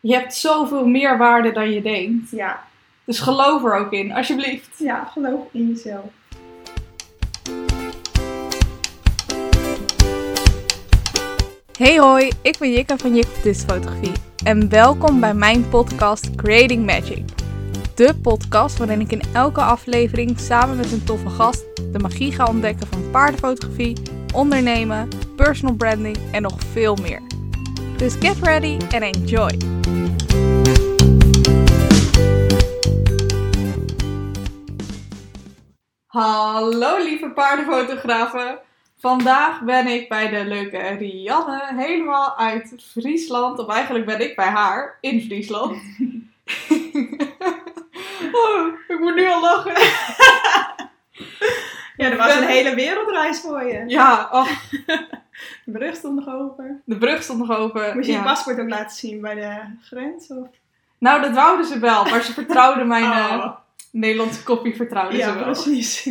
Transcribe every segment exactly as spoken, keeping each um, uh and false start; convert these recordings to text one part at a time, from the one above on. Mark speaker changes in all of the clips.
Speaker 1: je hebt zoveel meer waarde dan je denkt.
Speaker 2: Ja.
Speaker 1: Dus geloof er ook in, alsjeblieft.
Speaker 2: Ja, geloof in jezelf.
Speaker 1: Hey hoi, ik ben Jikka van Jikka Fotografie en welkom bij mijn podcast Creating Magic. De podcast waarin ik in elke aflevering samen met een toffe gast de magie ga ontdekken van paardenfotografie, ondernemen, personal branding en nog veel meer. Dus get ready and enjoy! Hallo lieve paardenfotografen! Vandaag ben ik bij de leuke Rianne, helemaal uit Friesland. Of eigenlijk ben ik bij haar, in Friesland. Oh, ik moet nu al lachen.
Speaker 2: Ja, er was ben... een hele wereldreis voor je.
Speaker 1: Ja, oh.
Speaker 2: De brug stond nog open.
Speaker 1: De brug stond nog open.
Speaker 2: Moest je
Speaker 1: ja.
Speaker 2: je paspoort ook laten zien bij de grens? Of?
Speaker 1: Nou, dat wouden ze wel, maar ze vertrouwden mijn
Speaker 2: oh.
Speaker 1: uh, Nederlandse kopie vertrouwden
Speaker 2: ja,
Speaker 1: ze wel.
Speaker 2: Precies.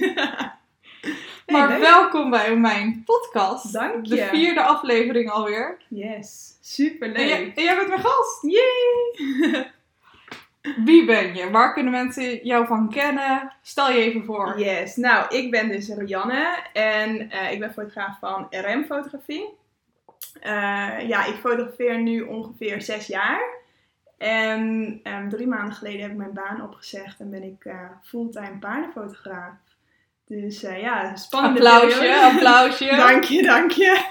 Speaker 1: Maar
Speaker 2: hey,
Speaker 1: welkom bij mijn podcast.
Speaker 2: Dank je.
Speaker 1: De vierde aflevering alweer.
Speaker 2: Yes, superleuk.
Speaker 1: En jij, en jij bent mijn gast.
Speaker 2: Yay!
Speaker 1: Wie ben je? Waar kunnen mensen jou van kennen? Stel je even voor.
Speaker 2: Yes, nou ik ben dus Rianne en uh, ik ben fotograaf van R M Fotografie. Uh, ja, ik fotografeer nu ongeveer zes jaar. En um, drie maanden geleden heb ik mijn baan opgezegd en ben ik uh, fulltime paardenfotograaf. Dus uh, ja, spannende
Speaker 1: applausje,
Speaker 2: periode.
Speaker 1: Applausje,
Speaker 2: Dank je, dank je.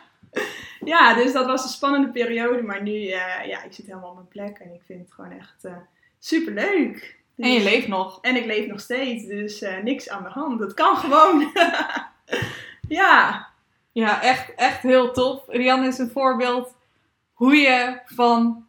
Speaker 2: Ja, dus dat was een spannende periode. Maar nu, uh, ja, ik zit helemaal op mijn plek. En ik vind het gewoon echt uh, superleuk. Dus,
Speaker 1: en je leeft nog.
Speaker 2: En ik leef nog steeds. Dus uh, niks aan de hand. Dat kan gewoon. Ja.
Speaker 1: Ja, echt, echt heel tof. Rianne is een voorbeeld hoe je van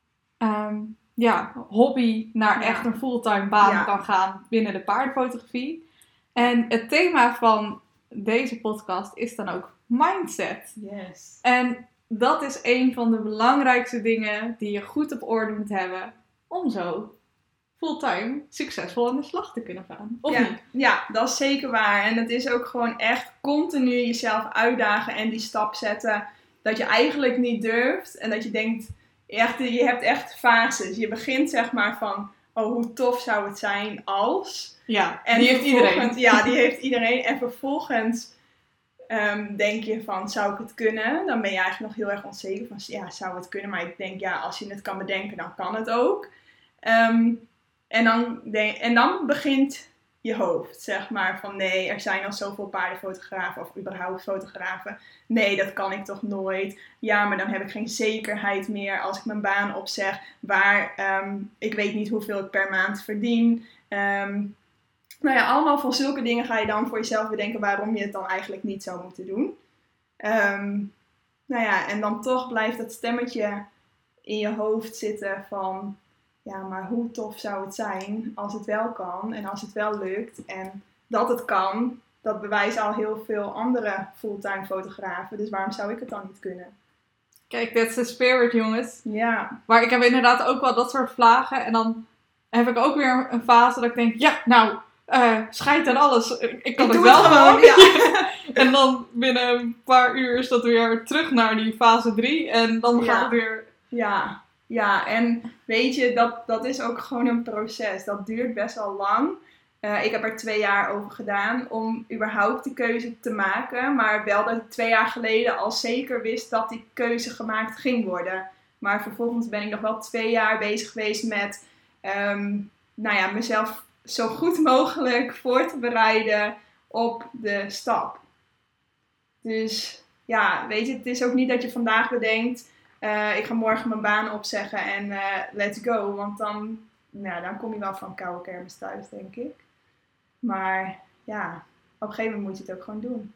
Speaker 1: um, ja, hobby naar ja. echt een fulltime baan ja. kan gaan binnen de paardenfotografie. En het thema van deze podcast is dan ook mindset.
Speaker 2: Yes.
Speaker 1: En dat is een van de belangrijkste dingen die je goed op orde moet hebben om zo fulltime succesvol aan de slag te kunnen gaan. Of
Speaker 2: ja,
Speaker 1: niet?
Speaker 2: Ja, dat is zeker waar. En het is ook gewoon echt continu jezelf uitdagen en die stap zetten dat je eigenlijk niet durft. En dat je denkt, echt, je hebt echt fases. Je begint zeg maar van, oh hoe tof zou het zijn als...
Speaker 1: Ja,
Speaker 2: en
Speaker 1: die heeft iedereen.
Speaker 2: Ja, die heeft iedereen. En vervolgens um, denk je van, zou ik het kunnen? Dan ben je eigenlijk nog heel erg onzeker van, ja, zou het kunnen? Maar ik denk, ja, als je het kan bedenken, dan kan het ook. Um, en, dan denk, en dan begint je hoofd, zeg maar, van nee, er zijn al zoveel paardenfotografen of überhaupt fotografen. Nee, dat kan ik toch nooit. Ja, maar dan heb ik geen zekerheid meer als ik mijn baan opzeg. Waar, um, ik weet niet hoeveel ik per maand verdien. Um, Nou ja, allemaal van zulke dingen ga je dan voor jezelf bedenken waarom je het dan eigenlijk niet zou moeten doen. Um, nou ja, en dan toch blijft dat stemmetje in je hoofd zitten van, ja, maar hoe tof zou het zijn als het wel kan en als het wel lukt. En dat het kan, dat bewijzen al heel veel andere fulltime fotografen. Dus waarom zou ik het dan niet kunnen?
Speaker 1: Kijk, that's the spirit, jongens.
Speaker 2: Ja.
Speaker 1: Maar ik heb inderdaad ook wel dat soort vlagen en dan heb ik ook weer een fase dat ik denk, ja, nou... Uh, scheid aan alles. Ik kan
Speaker 2: ik
Speaker 1: het wel
Speaker 2: het
Speaker 1: gewoon.
Speaker 2: Ja.
Speaker 1: En dan binnen een paar uur is dat weer terug naar die fase drie. En dan
Speaker 2: ja.
Speaker 1: gaat het weer...
Speaker 2: Ja, ja. En weet je, dat, dat is ook gewoon een proces. Dat duurt best wel lang. Uh, ik heb er twee jaar over gedaan om überhaupt die keuze te maken. Maar wel dat ik twee jaar geleden al zeker wist dat die keuze gemaakt ging worden. Maar vervolgens ben ik nog wel twee jaar bezig geweest met um, nou ja, mezelf zo goed mogelijk voor te bereiden op de stap. Dus ja, weet je, het is ook niet dat je vandaag bedenkt, uh, ik ga morgen mijn baan opzeggen en uh, let's go. Want dan, nou, dan kom je wel van koude kermis thuis, denk ik. Maar ja, op een gegeven moment moet je het ook gewoon doen.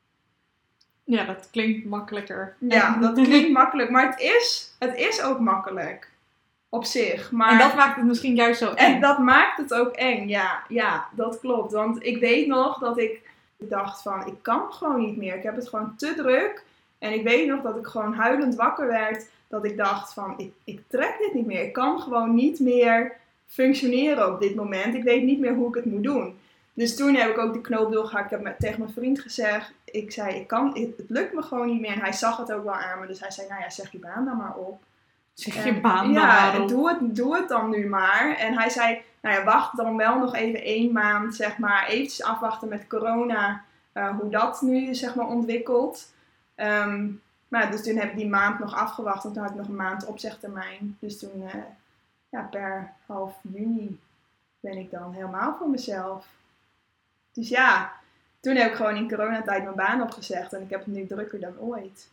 Speaker 1: Ja, dat klinkt makkelijker.
Speaker 2: Ja, dat klinkt makkelijk. Maar het is, het is ook makkelijk. Op zich. Maar,
Speaker 1: en dat maakt het misschien juist zo eng.
Speaker 2: En dat maakt het ook eng, ja. Ja, dat klopt. Want ik weet nog dat ik dacht van, ik kan gewoon niet meer. Ik heb het gewoon te druk. En ik weet nog dat ik gewoon huilend wakker werd. Dat ik dacht van, ik, ik trek dit niet meer. Ik kan gewoon niet meer functioneren op dit moment. Ik weet niet meer hoe ik het moet doen. Dus toen heb ik ook de knoop doorgehakt. Ik heb met, tegen mijn vriend gezegd. Ik zei, ik kan, het, het lukt me gewoon niet meer. En hij zag het ook wel aan me. Dus hij zei, nou ja, zeg je baan dan maar op.
Speaker 3: Zeg je baan dan
Speaker 2: Ja,
Speaker 3: maar op.
Speaker 2: doe het, doe het dan nu maar. En hij zei, nou ja, wacht dan wel nog even één maand, zeg maar, eventjes afwachten met corona, uh, hoe dat nu, zeg maar, ontwikkelt. Um, maar dus toen heb ik die maand nog afgewacht, en toen had ik nog een maand opzegtermijn. Dus toen, uh, ja, per half juni ben ik dan helemaal voor mezelf. Dus ja, toen heb ik gewoon in coronatijd mijn baan opgezegd en ik heb het nu drukker dan ooit.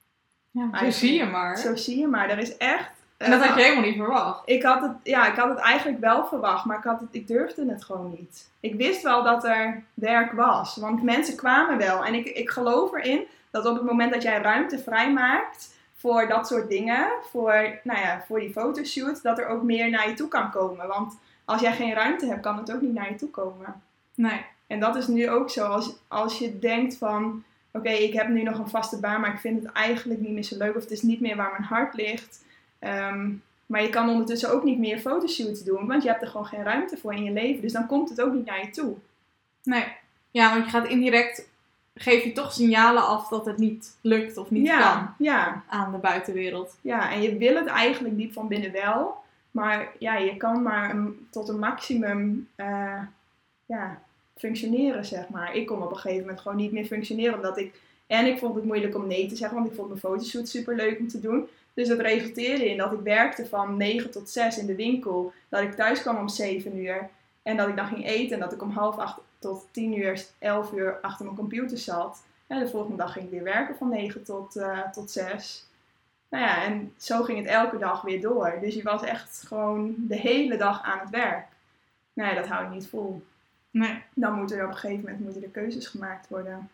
Speaker 3: Ja, zo zie je maar.
Speaker 2: Zo zie je maar. Er is echt...
Speaker 3: En dat uh, had je helemaal niet verwacht.
Speaker 2: Ik had, het, ja, ik had het eigenlijk wel verwacht, maar ik, had het, ik durfde het gewoon niet. Ik wist wel dat er werk was, want mensen kwamen wel. En ik, ik geloof erin dat op het moment dat jij ruimte vrijmaakt voor dat soort dingen, voor, nou ja, voor die fotoshoot, dat er ook meer naar je toe kan komen. Want als jij geen ruimte hebt, kan het ook niet naar je toe komen.
Speaker 3: Nee.
Speaker 2: En dat is nu ook zo. Als, als je denkt van, oké, okay, ik heb nu nog een vaste baan, maar ik vind het eigenlijk niet meer zo leuk. Of het is niet meer waar mijn hart ligt. Um, maar je kan ondertussen ook niet meer fotoshoots doen, want je hebt er gewoon geen ruimte voor in je leven. Dus dan komt het ook niet naar je toe.
Speaker 3: Nee. Ja, want je gaat indirect, geef je toch signalen af dat het niet lukt of niet
Speaker 2: ja,
Speaker 3: kan
Speaker 2: ja.
Speaker 3: aan de buitenwereld.
Speaker 2: Ja, en je wil het eigenlijk diep van binnen wel. Maar ja, je kan maar een, tot een maximum uh, ja, functioneren, zeg maar. Ik kon op een gegeven moment gewoon niet meer functioneren, omdat ik... En ik vond het moeilijk om nee te zeggen, want ik vond mijn fotoshoot super leuk om te doen. Dus dat resulteerde in dat ik werkte van negen tot zes in de winkel. Dat ik thuis kwam om zeven uur. En dat ik dan ging eten. En dat ik om half acht tot tien uur, elf uur achter mijn computer zat. En de volgende dag ging ik weer werken van negen tot, uh, tot zes. Nou ja, en zo ging het elke dag weer door. Dus je was echt gewoon de hele dag aan het werk. Nou ja, dat hou je niet vol.
Speaker 3: Nee.
Speaker 2: Dan moeten er op een gegeven moment moeten er keuzes gemaakt worden.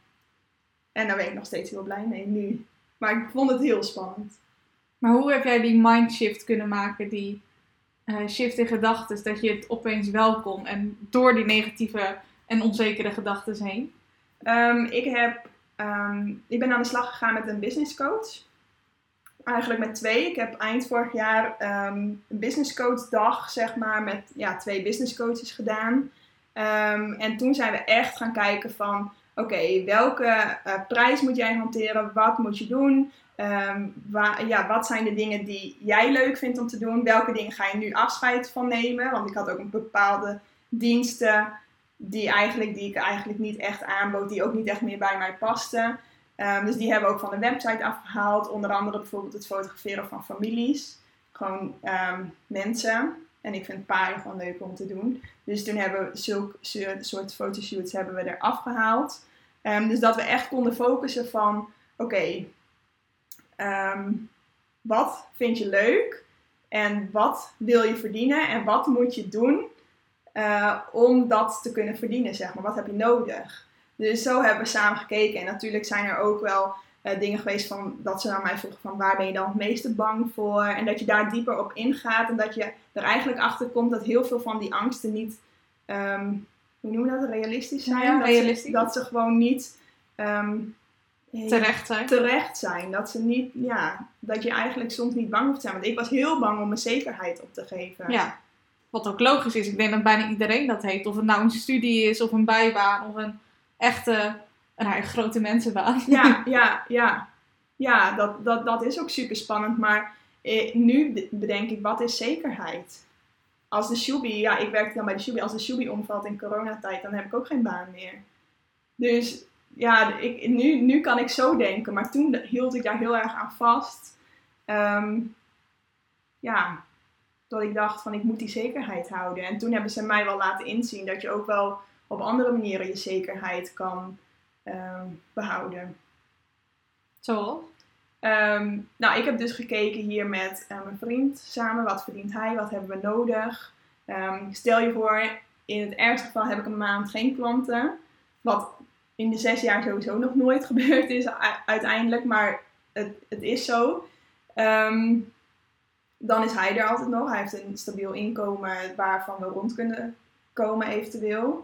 Speaker 2: En daar ben ik nog steeds heel blij mee nu. Maar ik vond het heel spannend.
Speaker 3: Maar hoe heb jij die mindshift kunnen maken, die uh, shift in gedachten, dat je het opeens wel kon en door die negatieve en onzekere gedachten heen?
Speaker 2: Um, ik, heb, um, ik ben aan de slag gegaan met een business coach. Eigenlijk met twee. Ik heb eind vorig jaar um, een business coach dag, zeg maar, met ja, twee business coaches gedaan. Um, en toen zijn we echt gaan kijken van, oké, okay, welke uh, prijs moet jij hanteren? Wat moet je doen? Um, wa- ja, wat zijn de dingen die jij leuk vindt om te doen? Welke dingen ga je nu afscheid van nemen? Want ik had ook een bepaalde diensten die, eigenlijk, die ik eigenlijk niet echt aanbood, die ook niet echt meer bij mij pasten. Um, dus die hebben we ook van de website afgehaald. Onder andere bijvoorbeeld het fotograferen van families. Gewoon um, mensen. En ik vind paren gewoon leuk om te doen. Dus toen hebben we zulke soort fotoshoots hebben we er afgehaald. Um, dus dat we echt konden focussen van, oké, okay, Um, wat vind je leuk en wat wil je verdienen en wat moet je doen uh, om dat te kunnen verdienen, zeg maar. Wat heb je nodig? Dus zo hebben we samen gekeken en natuurlijk zijn er ook wel uh, dingen geweest van, dat ze aan mij vroegen van waar ben je dan het meeste bang voor en dat je daar dieper op ingaat en dat je er eigenlijk achter komt dat heel veel van die angsten niet, um, hoe noemen we dat, realistisch zijn?
Speaker 3: Ja,
Speaker 2: dat,
Speaker 3: realistisch.
Speaker 2: Ze, dat ze gewoon niet... Um,
Speaker 3: Terecht zijn.
Speaker 2: Terecht zijn. Dat ze niet, ja, dat je eigenlijk soms niet bang hoeft te zijn. Want ik was heel bang om mijn zekerheid op te geven.
Speaker 3: Ja, wat ook logisch is. Ik denk dat bijna iedereen dat heeft. Of het nou een studie is, of een bijbaan, of een echte, nou, een grote mensenbaan.
Speaker 2: Ja, ja, ja. Ja, dat, dat, dat is ook super spannend. Maar eh, nu bedenk ik, wat is zekerheid? Als de Shubi, ja, ik werkte dan bij de Shubi. Als de Shubi omvalt in coronatijd, dan heb ik ook geen baan meer. Dus... Ja, ik, nu, nu kan ik zo denken, maar toen hield ik daar heel erg aan vast. Um, ja, dat ik dacht van ik moet die zekerheid houden. En toen hebben ze mij wel laten inzien dat je ook wel op andere manieren je zekerheid kan um, behouden.
Speaker 3: Zoals?
Speaker 2: Um, nou, ik heb dus gekeken hier met uh, mijn vriend samen. Wat verdient hij? Wat hebben we nodig? Um, stel je voor, in het ergste geval heb ik een maand geen klanten. Wat... in de zes jaar sowieso nog nooit gebeurd is uiteindelijk, maar het, het is zo. Um, dan is hij er altijd nog. Hij heeft een stabiel inkomen waarvan we rond kunnen komen eventueel.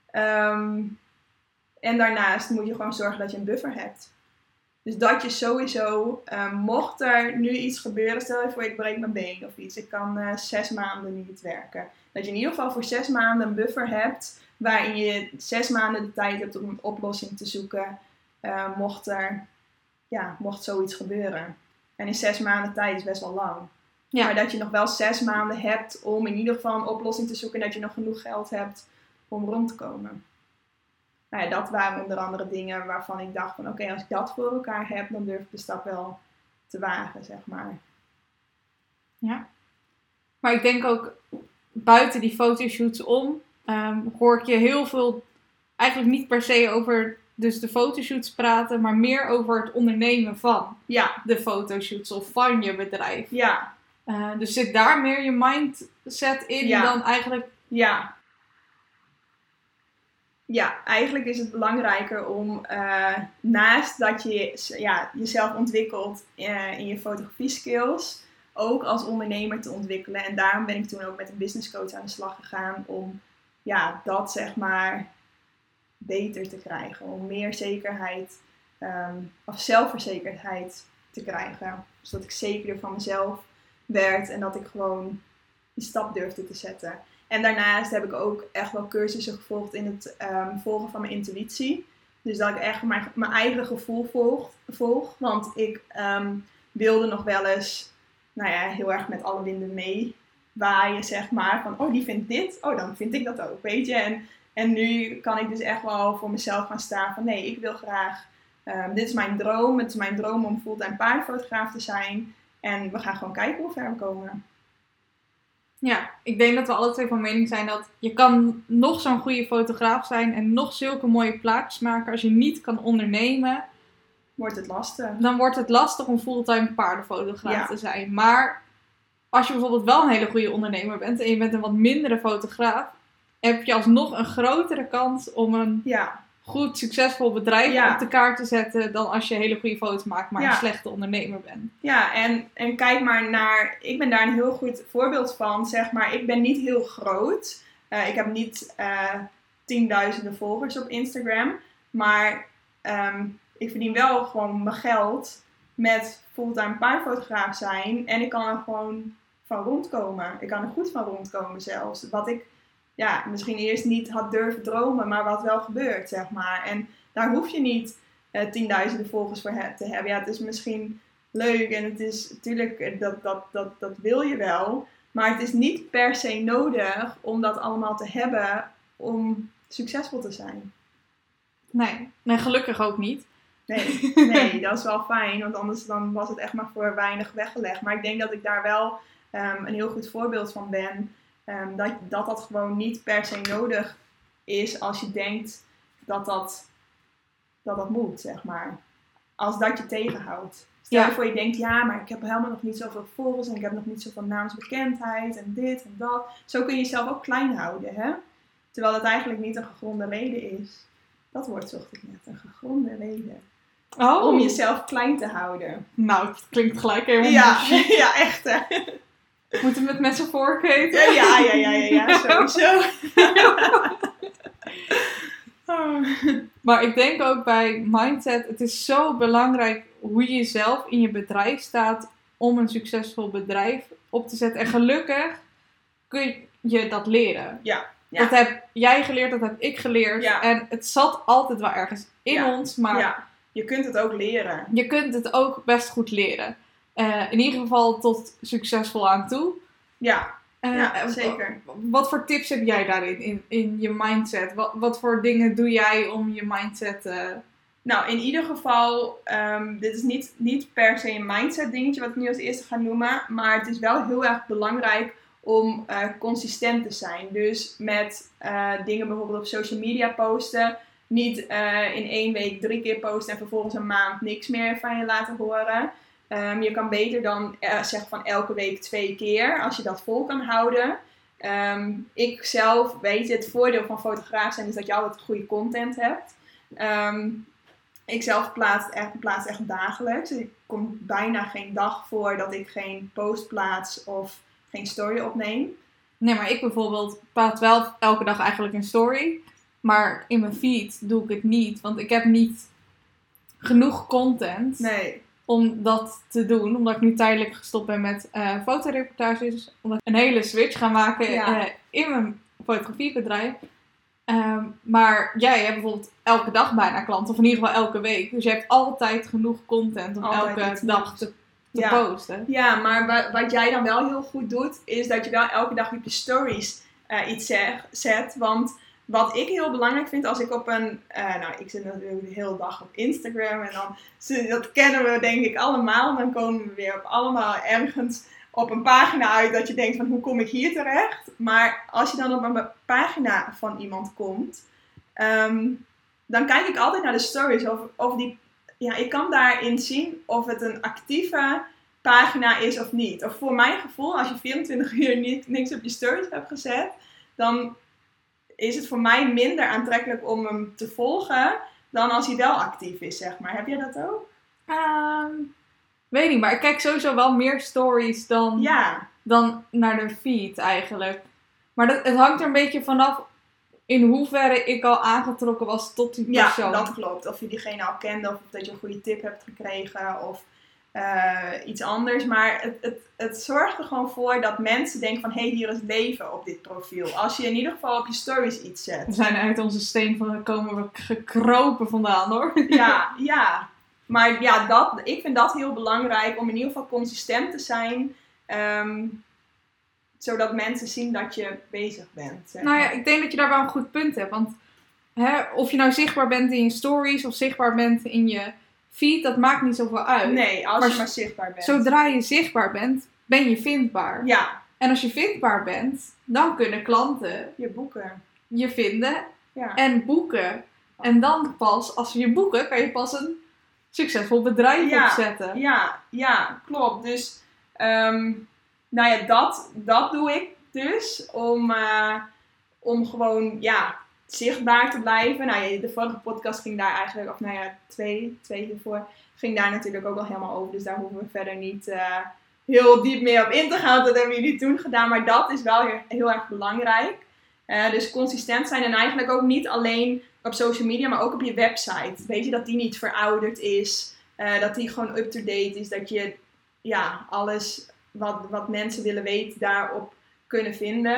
Speaker 2: Um, en daarnaast moet je gewoon zorgen dat je een buffer hebt. Dus dat je sowieso, um, mocht er nu iets gebeuren, stel je voor ik breek mijn been of iets. Ik kan uh, zes maanden niet werken. Dat je in ieder geval voor zes maanden een buffer hebt, waarin je zes maanden de tijd hebt om een oplossing te zoeken, uh, mocht er, ja, mocht zoiets gebeuren. En in zes maanden tijd is best wel lang.
Speaker 3: Ja.
Speaker 2: Maar dat je nog wel zes maanden hebt om in ieder geval een oplossing te zoeken. En dat je nog genoeg geld hebt om rond te komen. Nou ja, dat waren onder andere dingen waarvan ik dacht van oké, okay, als ik dat voor elkaar heb, dan durf ik de stap wel te wagen, zeg maar.
Speaker 3: Ja. Maar ik denk ook buiten die fotoshoots om, um, hoor ik je heel veel, eigenlijk niet per se over dus de fotoshoots praten, maar meer over het ondernemen van
Speaker 2: Ja.
Speaker 3: de fotoshoots of van je bedrijf.
Speaker 2: Ja.
Speaker 3: Uh, dus zit daar meer je mindset in
Speaker 2: Ja.
Speaker 3: dan eigenlijk...
Speaker 2: Ja. Ja, eigenlijk is het belangrijker om uh, naast dat je ja, jezelf ontwikkelt uh, in je fotografie skills, ook als ondernemer te ontwikkelen. En daarom ben ik toen ook met een business coach aan de slag gegaan om ja, dat zeg maar beter te krijgen. Om meer zekerheid um, of zelfverzekerdheid te krijgen. Zodat ik zekerder van mezelf werd en dat ik gewoon die stap durfde te zetten. En daarnaast heb ik ook echt wel cursussen gevolgd in het um, volgen van mijn intuïtie. Dus dat ik echt mijn, mijn eigen gevoel volg, volg. Want ik um, wilde nog wel eens, nou ja, heel erg met alle winden mee waaien, zeg maar. Van, oh, die vindt dit, oh, dan vind ik dat ook, weet je. En, en nu kan ik dus echt wel voor mezelf gaan staan van, nee, ik wil graag, um, dit is mijn droom. Het is mijn droom om fulltime paardenfotograaf te zijn. En we gaan gewoon kijken hoe ver we komen.
Speaker 3: Ja, ik denk dat we alle twee van mening zijn dat je kan nog zo'n goede fotograaf zijn en nog zulke mooie plaatjes maken. Als je niet kan ondernemen,
Speaker 2: wordt het lastig.
Speaker 3: Dan wordt het lastig om fulltime paardenfotograaf
Speaker 2: ja.
Speaker 3: te zijn. Maar als je bijvoorbeeld wel een hele goede ondernemer bent en je bent een wat mindere fotograaf, heb je alsnog een grotere kans om een
Speaker 2: ja.
Speaker 3: goed, succesvol bedrijf
Speaker 2: ja.
Speaker 3: op de kaart te zetten dan als je hele goede foto's maakt, maar
Speaker 2: ja.
Speaker 3: een slechte ondernemer bent.
Speaker 2: Ja, en, en kijk maar naar, ik ben daar een heel goed voorbeeld van, zeg maar, ik ben niet heel groot. Uh, ik heb niet uh, tienduizenden volgers op Instagram, maar um, ik verdien wel gewoon mijn geld met fulltime paardenfotograaf zijn en ik kan er gewoon van rondkomen. Ik kan er goed van rondkomen zelfs. Wat ik ja, misschien eerst niet had durven dromen, maar wat wel gebeurt, zeg maar. En daar hoef je niet uh, tienduizenden volgers voor he- te hebben. Ja, het is misschien leuk en het is natuurlijk, dat, dat, dat, dat wil je wel. Maar het is niet per se nodig om dat allemaal te hebben om succesvol te zijn.
Speaker 3: Nee, nee gelukkig ook niet.
Speaker 2: Nee, nee, dat is wel fijn, want anders dan was het echt maar voor weinig weggelegd. Maar ik denk dat ik daar wel um, een heel goed voorbeeld van ben. Um, dat, dat dat gewoon niet per se nodig is als je denkt dat dat, dat, dat moet, zeg maar. Als dat je tegenhoudt. Stel je
Speaker 3: Ja.
Speaker 2: voor je denkt, ja, maar ik heb helemaal nog niet zoveel volgers en ik heb nog niet zoveel naamsbekendheid en dit en dat. Zo kun je jezelf ook klein houden, hè? Terwijl dat eigenlijk niet een gegronde reden is. Dat woord zocht ik net, een gegronde reden.
Speaker 3: Oh.
Speaker 2: Om jezelf klein te houden.
Speaker 3: Nou, het klinkt gelijk helemaal
Speaker 2: Ja,
Speaker 3: moeilijk.
Speaker 2: ja, echt hè.
Speaker 3: Moeten we het met z'n vork eten?
Speaker 2: Ja, ja, ja, ja, ja, ja sowieso.
Speaker 3: Oh. Maar ik denk ook bij mindset, het is zo belangrijk hoe je zelf in je bedrijf staat om een succesvol bedrijf op te zetten. En gelukkig kun je dat leren.
Speaker 2: Ja. Ja.
Speaker 3: Dat heb jij geleerd, dat heb ik geleerd.
Speaker 2: Ja.
Speaker 3: En het zat altijd wel ergens in
Speaker 2: Ja.
Speaker 3: ons, maar
Speaker 2: Ja, je kunt het ook leren.
Speaker 3: je kunt het ook best goed leren. Uh, in ieder geval tot succesvol aan toe.
Speaker 2: Ja,
Speaker 3: Uh,
Speaker 2: ja zeker.
Speaker 3: Wat voor tips heb jij daarin, in, in je mindset? Wat, wat voor dingen doe jij om je mindset... Uh...
Speaker 2: Nou, in ieder geval, um, dit is niet, niet per se een mindset dingetje wat ik nu als eerste ga noemen. Maar het is wel heel erg belangrijk om uh, consistent te zijn. Dus met uh, dingen bijvoorbeeld op social media posten. Niet uh, in één week drie keer posten en vervolgens een maand niks meer van je laten horen. Um, je kan beter dan uh, zeggen van elke week twee keer, als je dat vol kan houden. Um, ik zelf weet het voordeel van fotograaf zijn is dat je altijd goede content hebt. Um, ik zelf plaats echt, plaats echt dagelijks. Er komt bijna geen dag voor dat ik geen post plaats of geen story opneem.
Speaker 3: Nee, maar ik bijvoorbeeld plaats wel elke dag eigenlijk een story. Maar in mijn feed doe ik het niet. Want ik heb niet genoeg content
Speaker 2: Nee.
Speaker 3: om dat te doen. Omdat ik nu tijdelijk gestopt ben met uh, fotoreportages. Omdat ik een hele switch ga maken
Speaker 2: Ja.
Speaker 3: uh, in mijn fotografiebedrijf. Um, maar jij hebt bijvoorbeeld elke dag bijna klanten. Of in ieder geval elke week. Dus je hebt altijd genoeg content om
Speaker 2: Altijd
Speaker 3: elke
Speaker 2: iets
Speaker 3: dag
Speaker 2: nieuws.
Speaker 3: te te
Speaker 2: ja.
Speaker 3: posten.
Speaker 2: Ja, maar wa- wat jij dan wel heel goed doet, is dat je wel elke dag op je stories uh, iets zeg, zet. Want wat ik heel belangrijk vind als ik op een... Uh, nou, ik zit natuurlijk de hele dag op Instagram en dan... Dat kennen we denk ik allemaal. Dan komen we weer op allemaal ergens op een pagina uit dat je denkt van hoe kom ik hier terecht? Maar als je dan op een pagina van iemand komt, um, dan kijk ik altijd naar de stories of, of die... Ja, ik kan daarin zien of het een actieve pagina is of niet. Of voor mijn gevoel, als je vierentwintig uur niet, niks op je stories hebt gezet, dan is het voor mij minder aantrekkelijk om hem te volgen dan als hij wel actief is, zeg maar. Heb jij dat ook?
Speaker 3: Um, weet niet, maar ik kijk sowieso wel meer stories dan,
Speaker 2: ja.
Speaker 3: dan naar de feed eigenlijk. Maar dat, het hangt er een beetje vanaf in hoeverre ik al aangetrokken was tot die persoon.
Speaker 2: Ja, dat klopt. Of je diegene al kende, of dat je een goede tip hebt gekregen, of uh, iets anders. Maar het, het, het zorgt er gewoon voor dat mensen denken van, hé, hey, hier is leven op dit profiel. Als je in ieder geval op je stories iets zet.
Speaker 3: We zijn uit onze steen van komen we gekropen vandaan, hoor.
Speaker 2: Ja, ja. Maar ja, dat, ik vind dat heel belangrijk om in ieder geval consistent te zijn. Um, zodat mensen zien dat je bezig bent. Zeg maar.
Speaker 3: Nou ja, ik denk dat je daar wel een goed punt hebt. Want hè, of je nou zichtbaar bent in je stories of zichtbaar bent in je feed, dat maakt niet zoveel uit.
Speaker 2: Nee, als
Speaker 3: maar
Speaker 2: je maar zichtbaar bent.
Speaker 3: Zodra je zichtbaar bent, ben je vindbaar.
Speaker 2: Ja.
Speaker 3: En als je vindbaar bent, dan kunnen klanten
Speaker 2: je boeken.
Speaker 3: Je vinden
Speaker 2: ja.
Speaker 3: en boeken. En dan pas, als ze je boeken, kan je pas een succesvol bedrijf
Speaker 2: ja,
Speaker 3: opzetten.
Speaker 2: Ja, ja, klopt. Dus, um, nou ja, dat, dat doe ik dus om, uh, om gewoon, ja, zichtbaar te blijven. Nou ja, de vorige podcast ging daar eigenlijk, of nou ja, twee, twee hiervoor, ging daar natuurlijk ook al helemaal over. Dus daar hoeven we verder niet uh, heel diep meer op in te gaan. Dat hebben jullie toen gedaan. Maar dat is wel heel, heel erg belangrijk. Uh, dus consistent zijn en eigenlijk ook niet alleen op social media, maar ook op je website. Weet je, dat die niet verouderd is. Uh, dat die gewoon up-to-date is. Dat je ja, alles wat, wat mensen willen weten daarop kunnen vinden.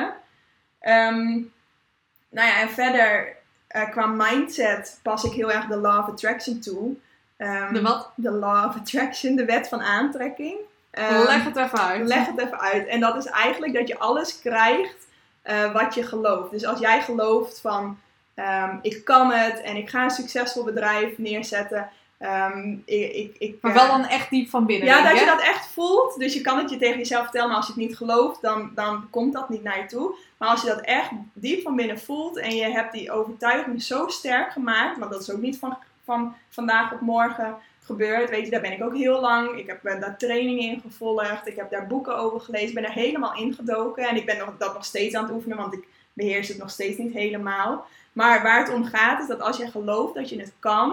Speaker 2: Um, nou ja, en verder uh, qua mindset pas ik heel erg de Law of Attraction toe. Um,
Speaker 3: de wat?
Speaker 2: De Law of Attraction, de wet van aantrekking.
Speaker 3: Um, leg het even uit.
Speaker 2: Leg het even uit. En dat is eigenlijk dat je alles krijgt uh, wat je gelooft. Dus als jij gelooft van um, ik kan het en ik ga een succesvol bedrijf neerzetten. Um, ik, ik, ik,
Speaker 3: maar wel dan echt diep van binnen.
Speaker 2: Ja,
Speaker 3: denk,
Speaker 2: dat
Speaker 3: hè?
Speaker 2: je dat echt voelt. Dus je kan het je tegen jezelf vertellen, maar als je het niet gelooft, dan, dan komt dat niet naar je toe. Maar als je dat echt diep van binnen voelt en je hebt die overtuiging zo sterk gemaakt, want dat is ook niet van, van vandaag op morgen gebeurd. Weet je, daar ben ik ook heel lang. Ik heb daar trainingen in gevolgd. Ik heb daar boeken over gelezen. Ik ben er helemaal ingedoken. En ik ben nog, dat nog steeds aan het oefenen, want ik beheers het nog steeds niet helemaal. Maar waar het om gaat is dat als je gelooft dat je het kan,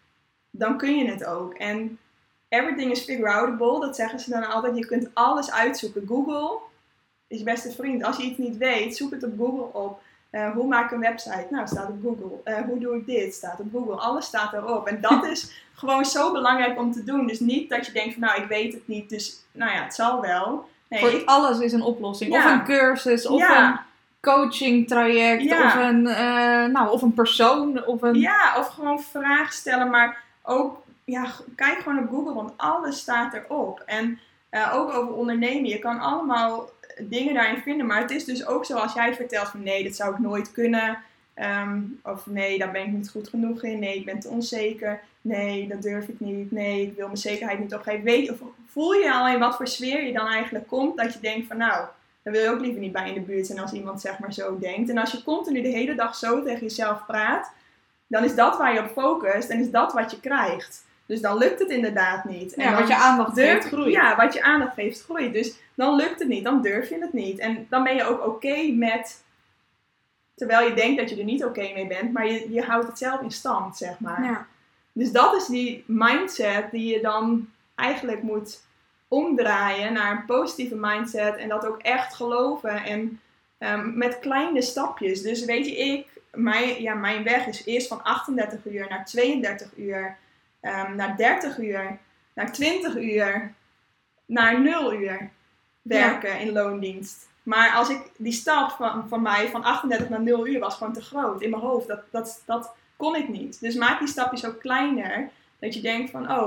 Speaker 2: dan kun je het ook. En everything is figure-outable. Dat zeggen ze dan altijd. Je kunt alles uitzoeken. Google is je beste vriend. Als je iets niet weet, zoek het op Google op. Uh, hoe maak ik een website? Nou, staat op Google. Uh, hoe doe ik dit? Staat op Google. Alles staat erop. En dat is gewoon zo belangrijk om te doen. Dus niet dat je denkt van, nou, ik weet het niet. Dus, nou ja, het zal wel. Nee,
Speaker 3: Voor
Speaker 2: ik...
Speaker 3: alles is een oplossing.
Speaker 2: Ja.
Speaker 3: Of een cursus. Of
Speaker 2: ja.
Speaker 3: een coaching traject.
Speaker 2: Ja.
Speaker 3: Of, een, uh, nou, of een persoon. Of een...
Speaker 2: Ja, of gewoon vragen stellen. Maar ook, ja, kijk gewoon op Google. Want alles staat erop. En uh, ook over ondernemen. Je kan allemaal dingen daarin vinden. Maar het is dus ook zo als jij vertelt van nee, dat zou ik nooit kunnen. Um, of nee, daar ben ik niet goed genoeg in. Nee, ik ben te onzeker. Nee, dat durf ik niet. Nee, ik wil mijn zekerheid niet opgeven. Weet, of voel je al in wat voor sfeer je dan eigenlijk komt. Dat je denkt van nou, daar wil je ook liever niet bij in de buurt zijn als iemand zeg maar zo denkt. En als je continu de hele dag zo tegen jezelf praat, dan is dat waar je op focust en is dat wat je krijgt. Dus dan lukt het inderdaad niet. En
Speaker 3: ja, wat je aandacht
Speaker 2: durf,
Speaker 3: geeft groeit.
Speaker 2: Ja, wat je aandacht geeft groeit. Dus dan lukt het niet, dan durf je het niet. En dan ben je ook oké okay met, terwijl je denkt dat je er niet oké okay mee bent, maar je, je houdt het zelf in stand, zeg maar.
Speaker 3: Ja.
Speaker 2: Dus dat is die mindset die je dan eigenlijk moet omdraaien naar een positieve mindset en dat ook echt geloven en um, met kleine stapjes. Dus weet je, ik, mijn, ja, mijn weg is eerst van achtendertig uur naar tweeëndertig uur, um, naar dertig uur, naar twintig uur, naar nul uur werken ja. in loondienst. Maar als ik die stap van, van mij van achtendertig naar nul uur was gewoon te groot in mijn hoofd. Dat, dat, dat kon ik niet. Dus maak die stapjes ook kleiner. Dat je denkt van, oh,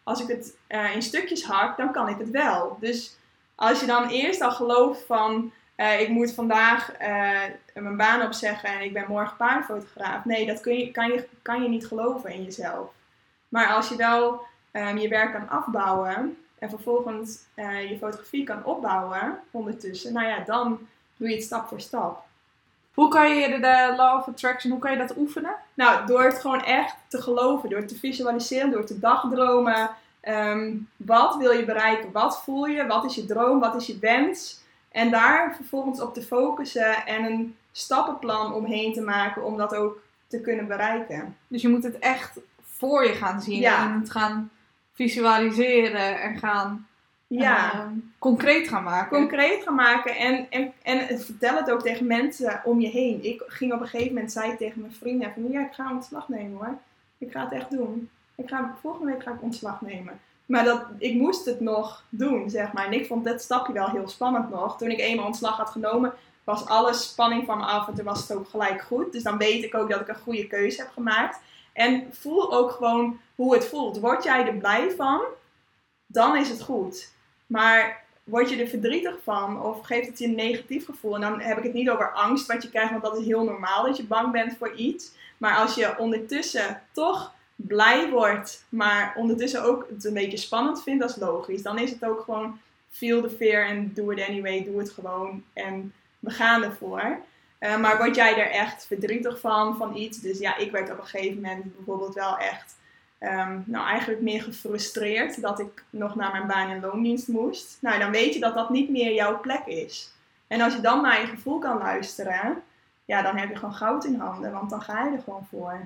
Speaker 2: als ik het uh, in stukjes hak, dan kan ik het wel. Dus als je dan eerst al gelooft van, uh, ik moet vandaag uh, mijn baan opzeggen en ik ben morgen paardenfotograaf. Nee, dat kun je, kan, je, kan je niet geloven in jezelf. Maar als je wel um, je werk kan afbouwen en vervolgens uh, je fotografie kan opbouwen ondertussen, nou ja, dan doe je het stap voor stap.
Speaker 3: Hoe kan je de, de Law of Attraction, hoe kan je dat oefenen?
Speaker 2: Nou, door het gewoon echt te geloven, door het te visualiseren, door te dagdromen. Um, wat wil je bereiken? Wat voel je? Wat is je droom? Wat is je wens? En daar vervolgens op te focussen en een stappenplan omheen te maken om dat ook te kunnen bereiken.
Speaker 3: Dus je moet het echt voor je gaan zien
Speaker 2: ja.
Speaker 3: en het gaan visualiseren en gaan
Speaker 2: ja.
Speaker 3: uh, concreet gaan maken.
Speaker 2: Concreet gaan maken en, en, en vertel het ook tegen mensen om je heen. Ik ging op een gegeven moment, zei ik tegen mijn vrienden van, ja, ik ga ontslag nemen hoor. Ik ga het echt doen. Ik ga, volgende week ga ik ontslag nemen. Maar dat, ik moest het nog doen, zeg maar. En ik vond dat stapje wel heel spannend nog. Toen ik eenmaal ontslag had genomen, was alle spanning van me af en toen was het ook gelijk goed. Dus dan weet ik ook dat ik een goede keuze heb gemaakt. En voel ook gewoon hoe het voelt. Word jij er blij van, dan is het goed. Maar word je er verdrietig van of geeft het je een negatief gevoel? En dan heb ik het niet over angst wat je krijgt, want dat is heel normaal dat je bang bent voor iets. Maar als je ondertussen toch blij wordt, maar ondertussen ook het een beetje spannend vindt, dat is logisch. Dan is het ook gewoon feel the fear en do it anyway, doe het gewoon en we gaan ervoor. Uh, maar word jij er echt verdrietig van, van iets? Dus ja, ik werd op een gegeven moment bijvoorbeeld wel echt, um, nou eigenlijk meer gefrustreerd dat ik nog naar mijn baan in loondienst moest. Nou, dan weet je dat dat niet meer jouw plek is. En als je dan naar je gevoel kan luisteren, ja, dan heb je gewoon goud in handen, want dan ga je er gewoon voor.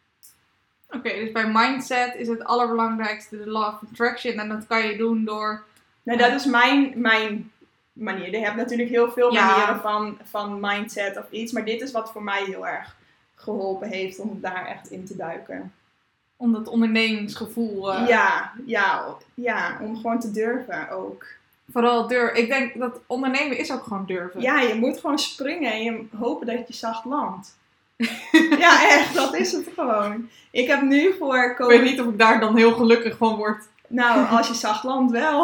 Speaker 3: Oké, okay, dus bij mindset is het allerbelangrijkste de Law of Attraction en dat kan je doen door...
Speaker 2: Nou, dat is mijn, mijn manier. Je hebt natuurlijk heel veel
Speaker 3: ja.
Speaker 2: manieren van, van mindset of iets, maar dit is wat voor mij heel erg geholpen heeft om daar echt in te duiken.
Speaker 3: Om dat ondernemingsgevoel... Uh...
Speaker 2: Ja, ja, ja, om gewoon te durven ook.
Speaker 3: Vooral durven. Ik denk dat ondernemen is ook gewoon durven.
Speaker 2: Ja, je moet gewoon springen en je hopen dat je zacht landt. Ja, echt, dat is het gewoon. Ik heb nu voor...
Speaker 3: COVID... Ik weet niet of ik daar dan heel gelukkig van word.
Speaker 2: Nou, als je zacht landt wel.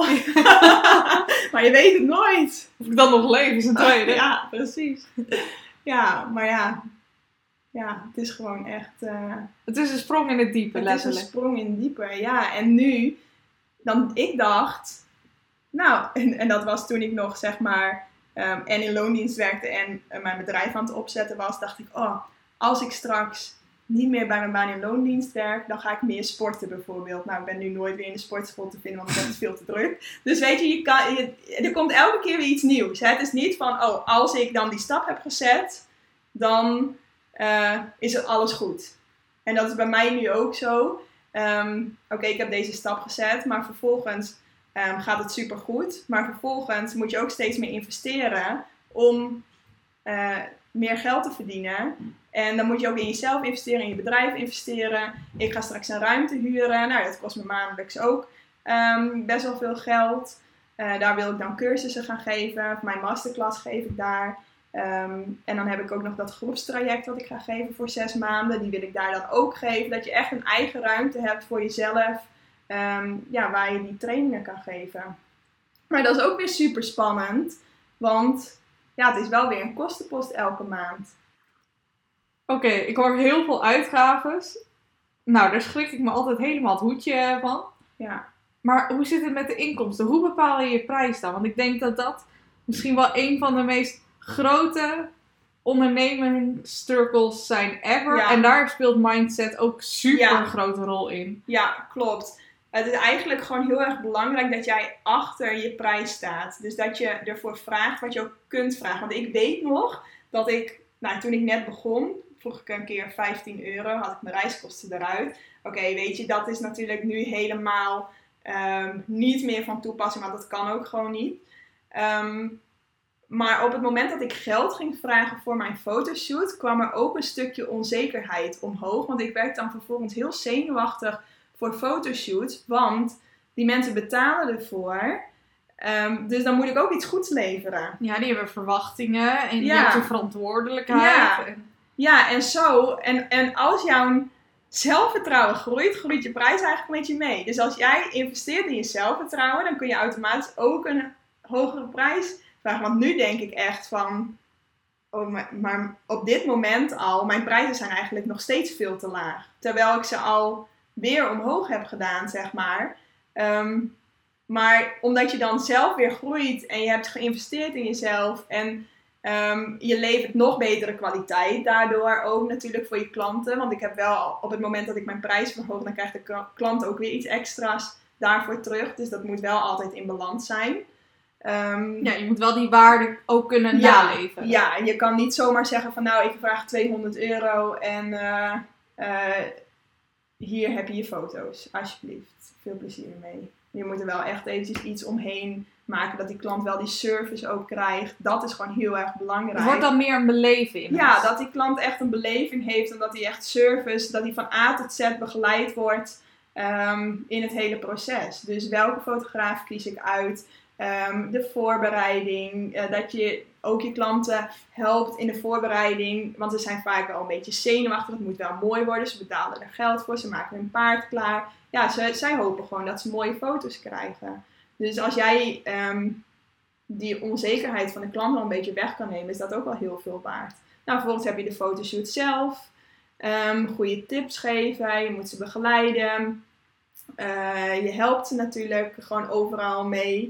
Speaker 2: Maar je weet het nooit.
Speaker 3: Of ik dan nog leef is een tweede.
Speaker 2: Ja, precies. Ja, maar ja. Ja, het is gewoon echt... Uh...
Speaker 3: Het is een sprong in het diepe,
Speaker 2: het
Speaker 3: letterlijk.
Speaker 2: Het is een sprong in het diepe, ja. En nu, dan ik dacht... Nou, en, en dat was toen ik nog, zeg maar... Um, en in loondienst werkte en uh, mijn bedrijf aan het opzetten was, dacht ik... Oh, als ik straks niet meer bij mijn baan in loondienst werk, dan ga ik meer sporten bijvoorbeeld. Nou, ik ben nu nooit weer in de sportschool te vinden, want dat is veel te druk. Dus weet je, je kan, je, er komt elke keer weer iets nieuws. Hè? Het is niet van, oh, als ik dan die stap heb gezet, dan uh, is het alles goed. En dat is bij mij nu ook zo. Um, Oké, okay, ik heb deze stap gezet, maar vervolgens um, gaat het supergoed. Maar vervolgens moet je ook steeds meer investeren om uh, meer geld te verdienen. En dan moet je ook in jezelf investeren, in je bedrijf investeren. Ik ga straks een ruimte huren. Nou, dat kost me maandelijks ook um, best wel veel geld. Uh, daar wil ik dan cursussen gaan geven. Mijn masterclass geef ik daar. Um, en dan heb ik ook nog dat groepstraject wat ik ga geven voor zes maanden. Die wil ik daar dan ook geven. Dat je echt een eigen ruimte hebt voor jezelf. Um, ja, waar je die trainingen kan geven. Maar dat is ook weer super spannend. Want ja, het is wel weer een kostenpost elke maand.
Speaker 3: Oké, okay, ik hoor heel veel uitgaves. Nou, daar schrik ik me altijd helemaal het hoedje van.
Speaker 2: Ja.
Speaker 3: Maar hoe zit het met de inkomsten? Hoe bepaal je je prijs dan? Want ik denk dat dat misschien wel een van de meest grote ondernemingsstruggles zijn ever.
Speaker 2: Ja.
Speaker 3: En daar speelt mindset ook super
Speaker 2: ja.
Speaker 3: een grote rol in.
Speaker 2: Ja, klopt. Het is eigenlijk gewoon heel erg belangrijk dat jij achter je prijs staat. Dus dat je ervoor vraagt wat je ook kunt vragen. Want ik weet nog dat ik, nou, toen ik net begon, vroeg ik een keer vijftien euro, had ik mijn reiskosten eruit. Oké, okay, weet je, dat is natuurlijk nu helemaal um, niet meer van toepassing, want dat kan ook gewoon niet. Um, maar op het moment dat ik geld ging vragen voor mijn fotoshoot, kwam er ook een stukje onzekerheid omhoog. Want ik werd dan vervolgens heel zenuwachtig voor fotoshoots, want die mensen betalen ervoor. Um, dus dan moet ik ook iets goeds leveren.
Speaker 3: Ja, die hebben verwachtingen en
Speaker 2: ja.
Speaker 3: je hebt een verantwoordelijkheid.
Speaker 2: Ja,
Speaker 3: en...
Speaker 2: ja en zo. En, en als jouw zelfvertrouwen groeit, groeit je prijs eigenlijk met je mee. Dus als jij investeert in je zelfvertrouwen, dan kun je automatisch ook een hogere prijs vragen. Want nu denk ik echt van, oh, maar, maar op dit moment al, mijn prijzen zijn eigenlijk nog steeds veel te laag. Terwijl ik ze al weer omhoog heb gedaan, zeg maar. Um, maar omdat je dan zelf weer groeit en je hebt geïnvesteerd in jezelf en um, je levert nog betere kwaliteit daardoor ook natuurlijk voor je klanten. Want ik heb wel op het moment dat ik mijn prijs verhoog, dan krijgt de klant ook weer iets extra's daarvoor terug. Dus dat moet wel altijd in balans zijn. Um,
Speaker 3: ja, je moet wel die waarde ook kunnen
Speaker 2: ja,
Speaker 3: naleven.
Speaker 2: Ja, je kan niet zomaar zeggen van nou, ik vraag tweehonderd euro en uh, uh, hier heb je je foto's, alsjeblieft. Veel plezier ermee. Je moet er wel echt eventjes iets omheen maken, dat die klant wel die service ook krijgt. Dat is gewoon heel erg belangrijk.
Speaker 3: Het wordt dan meer een beleving.
Speaker 2: Ja, dat die klant echt een beleving heeft en dat hij echt service, dat hij van A tot Z begeleid wordt um, in het hele proces. Dus welke fotograaf kies ik uit? Um, de voorbereiding, uh, dat je ook je klanten helpt in de voorbereiding, want ze zijn vaak wel een beetje zenuwachtig, het moet wel mooi worden, ze betalen er geld voor, ze maken hun paard klaar. Ja, ze, zij hopen gewoon dat ze mooie foto's krijgen. Dus als jij um, die onzekerheid van de klant wel een beetje weg kan nemen, is dat ook wel heel veel waard. Nou, vervolgens heb je de fotoshoot zelf, um, goede tips geven, je moet ze begeleiden, uh, je helpt ze natuurlijk gewoon overal mee.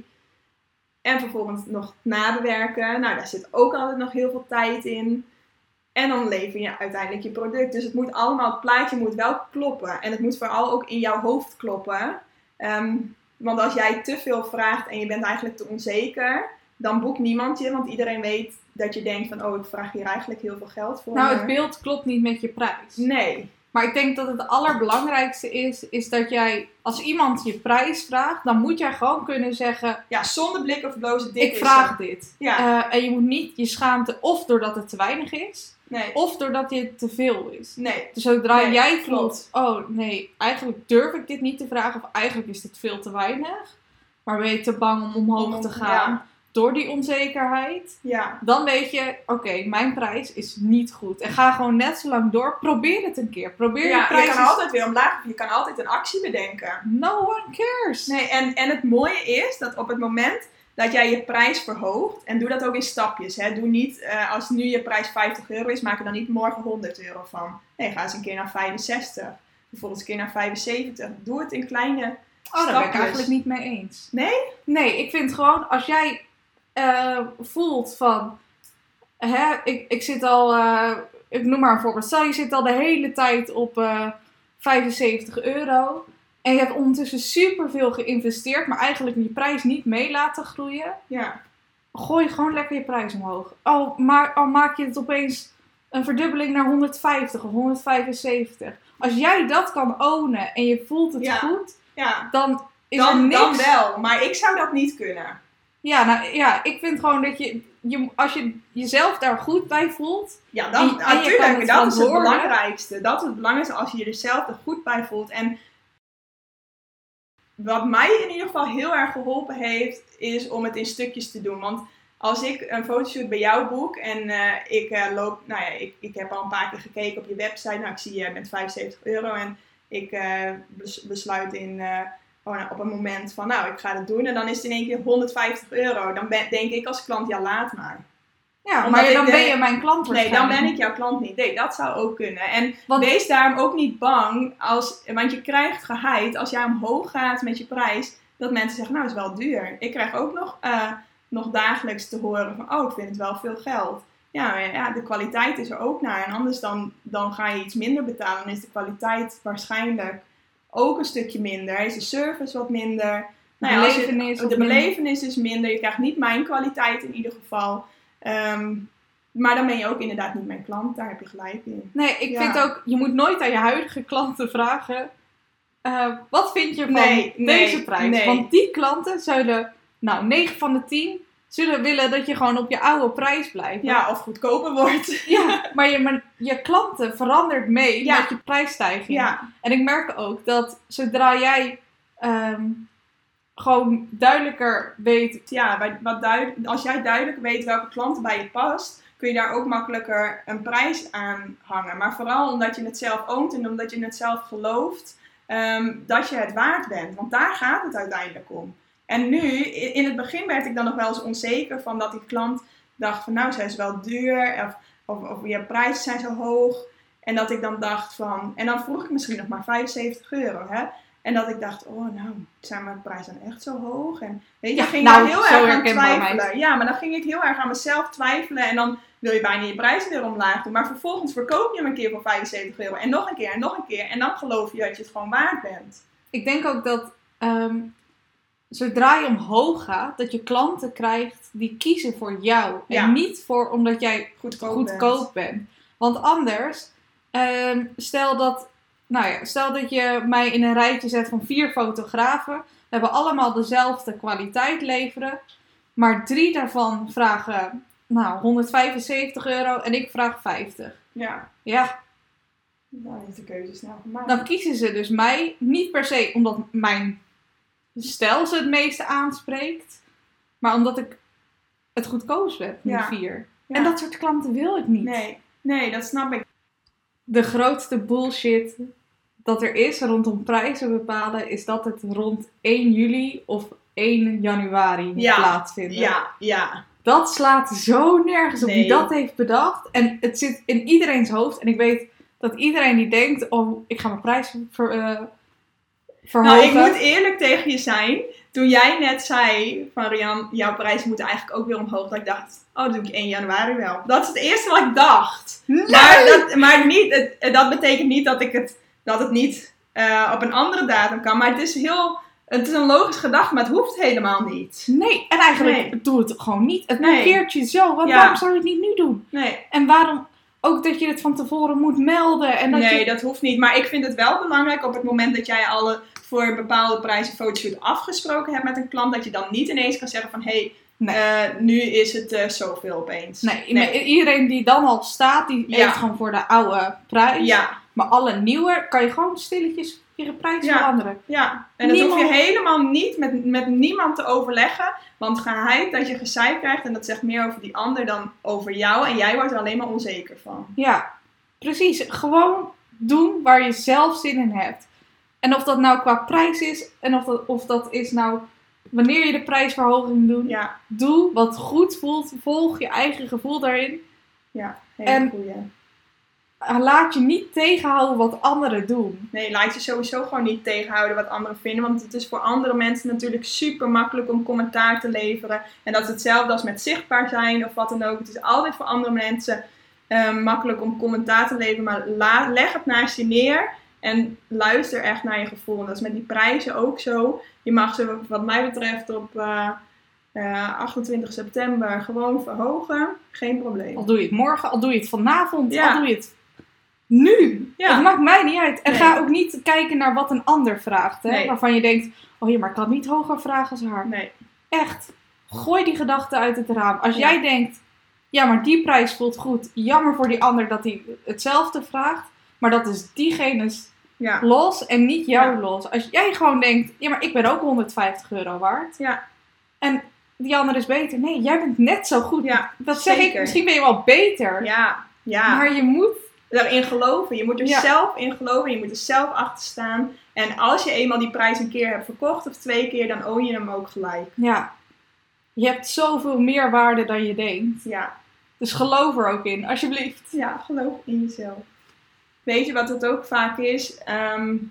Speaker 2: En vervolgens nog nabewerken. Nou, daar zit ook altijd nog heel veel tijd in. En dan lever je uiteindelijk je product. Dus het moet allemaal, het plaatje moet wel kloppen. En het moet vooral ook in jouw hoofd kloppen. Um, want als jij te veel vraagt en je bent eigenlijk te onzeker, dan boekt niemand je. Want iedereen weet dat je denkt van, oh, ik vraag hier eigenlijk heel veel geld voor.
Speaker 3: Nou, het beeld klopt niet met je prijs.
Speaker 2: Nee.
Speaker 3: Maar ik denk dat het allerbelangrijkste is, is dat jij, als iemand je prijs vraagt, dan moet jij gewoon kunnen zeggen,
Speaker 2: ja, zonder blik of blozen, dit
Speaker 3: ik
Speaker 2: is
Speaker 3: vraag
Speaker 2: het.
Speaker 3: dit.
Speaker 2: Ja.
Speaker 3: Uh, en je moet niet je schaamte, of doordat het te weinig is,
Speaker 2: nee.
Speaker 3: of doordat het te veel is.
Speaker 2: Nee.
Speaker 3: Dus zodra
Speaker 2: nee,
Speaker 3: jij
Speaker 2: klopt.
Speaker 3: voelt, oh nee, eigenlijk durf ik dit niet te vragen, of eigenlijk is dit veel te weinig, maar ben je te bang om omhoog
Speaker 2: om,
Speaker 3: te gaan,
Speaker 2: ja.
Speaker 3: door die onzekerheid,
Speaker 2: ja.
Speaker 3: dan weet je, oké, okay, mijn prijs is niet goed. En ga gewoon net zo lang door. Probeer het een keer. Probeer
Speaker 2: ja,
Speaker 3: je prijs.
Speaker 2: Je kan altijd weer omlaag. Je kan altijd een actie bedenken.
Speaker 3: No one cares.
Speaker 2: Nee, en, en het mooie is dat op het moment dat jij je prijs verhoogt, en doe dat ook in stapjes. Hè. Doe niet, uh, als nu je prijs vijftig euro is, maak er dan niet morgen honderd euro van. Nee, ga eens een keer naar vijfenzestig. Bijvoorbeeld een keer naar vijfenzeventig. Doe het in kleine
Speaker 3: oh,
Speaker 2: stapjes.
Speaker 3: daar ben ik eigenlijk niet mee eens.
Speaker 2: Nee?
Speaker 3: Nee, ik vind gewoon, als jij uh, voelt van, hè, ik, ik zit al, uh, ik noem maar een voorbeeld. Stel, je zit al de hele tijd op uh, vijfenzeventig euro. En je hebt ondertussen superveel geïnvesteerd, maar eigenlijk je prijs niet mee laten groeien.
Speaker 2: Ja.
Speaker 3: Gooi gewoon lekker je prijs omhoog. Al, maar, al maak je het opeens een verdubbeling naar honderdvijftig of honderdvijfenzeventig. Als jij dat kan ownen en je voelt het
Speaker 2: ja.
Speaker 3: goed,
Speaker 2: ja.
Speaker 3: dan is
Speaker 2: dan,
Speaker 3: er niks.
Speaker 2: Dan wel, maar ik zou dat niet kunnen.
Speaker 3: Ja, nou ja, ik vind gewoon dat je, je als je jezelf daar goed bij voelt.
Speaker 2: Ja, dan
Speaker 3: en, en
Speaker 2: natuurlijk, dat is het belangrijkste. Dat is het belangrijkste als je jezelf er goed bij voelt. En wat mij in ieder geval heel erg geholpen heeft, is om het in stukjes te doen. Want als ik een fotoshoot bij jou boek en uh, ik uh, loop, nou ja, ik, ik heb al een paar keer gekeken op je website. Nou, ik zie je met vijfenzeventig euro en ik uh, besluit in, uh, oh, nou, op een moment van, nou, ik ga het doen. En dan is het in één keer honderdvijftig euro. Dan ben, denk ik als klant, ja, laat maar.
Speaker 3: Ja, Omdat maar dan
Speaker 2: de,
Speaker 3: ben je mijn klant
Speaker 2: Nee, dan ben ik jouw klant niet. Nee, dat zou ook kunnen. En
Speaker 3: want,
Speaker 2: wees daarom ook niet bang, als, want je krijgt geheid als jij omhoog gaat met je prijs, dat mensen zeggen, nou, is wel duur. Ik krijg ook nog, uh, nog dagelijks te horen van, oh, ik vind het wel veel geld. Ja, ja, de kwaliteit is er ook naar. En anders dan, dan ga je iets minder betalen, dan is de kwaliteit waarschijnlijk ook een stukje minder. Is de service wat minder. Nou ja,
Speaker 3: belevenis
Speaker 2: je, de belevenis is minder. Je krijgt niet mijn kwaliteit in ieder geval. Um, maar dan ben je ook inderdaad niet mijn klant. Daar heb je gelijk in.
Speaker 3: Nee, ik
Speaker 2: ja.
Speaker 3: vind ook, je moet nooit aan je huidige klanten vragen, uh, wat vind je van
Speaker 2: nee,
Speaker 3: deze
Speaker 2: nee,
Speaker 3: prijs?
Speaker 2: Nee.
Speaker 3: Want die klanten zullen, nou, negen van de tien zullen willen dat je gewoon op je oude prijs blijft.
Speaker 2: Ja, of goedkoper wordt.
Speaker 3: Ja, maar je, maar je klanten verandert mee
Speaker 2: ja.
Speaker 3: met je prijsstijging.
Speaker 2: Ja.
Speaker 3: En ik merk ook dat zodra jij um, gewoon duidelijker weet.
Speaker 2: Ja, wat duid- als jij duidelijk weet welke klanten bij je past, kun je daar ook makkelijker een prijs aan hangen. Maar vooral omdat je het zelf oont en omdat je het zelf gelooft um, dat je het waard bent. Want daar gaat het uiteindelijk om. En nu, in het begin werd ik dan nog wel eens onzeker van dat die klant dacht van nou, zij is wel duur of, of, of je prijzen zijn zo hoog. En dat ik dan dacht van, en dan vroeg ik misschien nog maar vijfenzeventig euro, hè. En dat ik dacht, oh nou, zijn mijn prijzen dan echt zo hoog? En weet je,
Speaker 3: Ja,
Speaker 2: dan ging
Speaker 3: nou,
Speaker 2: ik heel
Speaker 3: zo
Speaker 2: erg aan
Speaker 3: herkenbaar,
Speaker 2: twijfelen.
Speaker 3: meid.
Speaker 2: Ja, maar dan ging ik heel erg aan mezelf twijfelen. En dan wil je bijna je prijzen weer omlaag doen. Maar vervolgens verkoop je hem een keer voor vijfenzeventig euro. En nog een keer en nog een keer. En dan geloof je dat je het gewoon waard bent.
Speaker 3: Ik denk ook dat um, zodra je omhoog gaat, dat je klanten krijgt die kiezen voor jou.
Speaker 2: Ja.
Speaker 3: En niet voor omdat jij
Speaker 2: Goedkoop,
Speaker 3: goedkoop bent. bent. Want anders, um, stel dat... Nou ja, stel dat je mij in een rijtje zet van vier fotografen. We hebben allemaal dezelfde kwaliteit leveren. Maar drie daarvan vragen nou, honderdvijfenzeventig euro en ik vraag vijftig.
Speaker 2: Ja.
Speaker 3: Ja,
Speaker 2: Dan is de keuze snel gemaakt.
Speaker 3: dan kiezen ze dus mij. Niet per se omdat mijn stijl ze het meeste aanspreekt. Maar omdat ik het goedkoopst ben, die
Speaker 2: Ja.
Speaker 3: vier.
Speaker 2: Ja.
Speaker 3: En dat soort klanten wil ik niet.
Speaker 2: Nee, nee, dat snap ik.
Speaker 3: De grootste bullshit dat er is rondom prijzen bepalen, is dat het rond één juli of één januari moet
Speaker 2: Ja,
Speaker 3: plaatsvinden.
Speaker 2: Ja, ja.
Speaker 3: Dat slaat zo nergens op
Speaker 2: Nee.
Speaker 3: wie dat heeft bedacht. En het zit in iedereen's hoofd. En ik weet dat iedereen die denkt, oh, ik ga mijn prijs ver, uh, verhogen.
Speaker 2: Nou, ik moet eerlijk tegen je zijn. Toen jij net zei van Rian, jouw prijzen moeten eigenlijk ook weer omhoog. Dat ik dacht, oh, dat doe ik één januari wel. Dat is het eerste wat ik dacht.
Speaker 3: Nee!
Speaker 2: Maar, dat, maar niet, het, dat betekent niet dat, ik het, dat het niet uh, op een andere datum kan. Maar het is heel... Het is een logische gedachte, maar het hoeft helemaal niet.
Speaker 3: Nee, en eigenlijk
Speaker 2: Nee.
Speaker 3: doe het gewoon niet. Het
Speaker 2: Nee.
Speaker 3: blokkeert je zo. Want
Speaker 2: Ja.
Speaker 3: waarom zou je het niet nu doen?
Speaker 2: Nee,
Speaker 3: En waarom ook dat je het van tevoren moet melden? En dat
Speaker 2: nee
Speaker 3: je...
Speaker 2: dat hoeft niet. Maar ik vind het wel belangrijk op het moment dat jij alle voor een bepaalde prijs een fotoshoot afgesproken hebt met een klant. Dat je dan niet ineens kan zeggen van, hé, hey,
Speaker 3: Nee.
Speaker 2: uh, nu is het uh, zoveel opeens.
Speaker 3: Nee, nee, iedereen die dan al staat, die
Speaker 2: Ja.
Speaker 3: heeft gewoon voor de oude prijs.
Speaker 2: Ja,
Speaker 3: Maar alle nieuwe kan je gewoon stilletjes je prijs
Speaker 2: Ja.
Speaker 3: veranderen.
Speaker 2: ja. En dat hoef
Speaker 3: Niemand-
Speaker 2: je helemaal niet met, met niemand te overleggen. Want geheid dat je gezeik krijgt en dat zegt meer over die ander dan over jou. En jij wordt er alleen maar onzeker van.
Speaker 3: Ja, precies. Gewoon doen waar je zelf zin in hebt. En of dat nou qua prijs is, en of dat, of dat is nou wanneer je de prijsverhoging doet.
Speaker 2: Ja,
Speaker 3: Doe wat goed voelt. Volg je eigen gevoel daarin.
Speaker 2: ja. Hele
Speaker 3: En-
Speaker 2: goeie.
Speaker 3: Laat je niet tegenhouden wat anderen doen.
Speaker 2: Nee, laat je sowieso gewoon niet tegenhouden wat anderen vinden. Want het is voor andere mensen natuurlijk super makkelijk om commentaar te leveren. En dat is hetzelfde als met zichtbaar zijn of wat dan ook. Het is altijd voor andere mensen uh, makkelijk om commentaar te leveren. Maar la- leg het naast je neer en luister echt naar je gevoel. En dat is met die prijzen ook zo. Je mag ze wat mij betreft op uh, uh, achtentwintig september gewoon verhogen. Geen probleem.
Speaker 3: Al doe je het morgen, al doe je het vanavond,
Speaker 2: Ja.
Speaker 3: al doe je het nu.
Speaker 2: Ja.
Speaker 3: Het maakt mij niet uit. En
Speaker 2: Nee.
Speaker 3: ga ook niet kijken naar wat een ander vraagt. Hè?
Speaker 2: Nee.
Speaker 3: Waarvan je denkt, oh ja, maar ik kan niet hoger vragen als haar.
Speaker 2: Nee.
Speaker 3: Echt, gooi die gedachte uit het raam. Als
Speaker 2: Ja.
Speaker 3: jij denkt, ja, maar die prijs voelt goed. Jammer voor die ander dat hij hetzelfde vraagt. Maar dat is diegene's
Speaker 2: Ja.
Speaker 3: los en niet jou
Speaker 2: Ja.
Speaker 3: los. Als jij gewoon denkt, ja, maar ik ben ook honderdvijftig euro waard.
Speaker 2: Ja.
Speaker 3: En die ander is beter. Nee, jij bent net zo goed.
Speaker 2: Ja,
Speaker 3: dat zeg ik,
Speaker 2: zeker.
Speaker 3: misschien ben je wel beter.
Speaker 2: Ja. Ja.
Speaker 3: Maar je moet...
Speaker 2: Daarin geloven. Je moet er
Speaker 3: Ja.
Speaker 2: zelf in geloven. Je moet er zelf achter staan. En als je eenmaal die prijs een keer hebt verkocht of twee keer, dan own je hem ook gelijk.
Speaker 3: Ja. Je hebt zoveel meer waarde dan je denkt.
Speaker 2: Ja,
Speaker 3: Dus geloof er ook in, alsjeblieft.
Speaker 2: ja, geloof in jezelf. Weet je wat het ook vaak is? Um,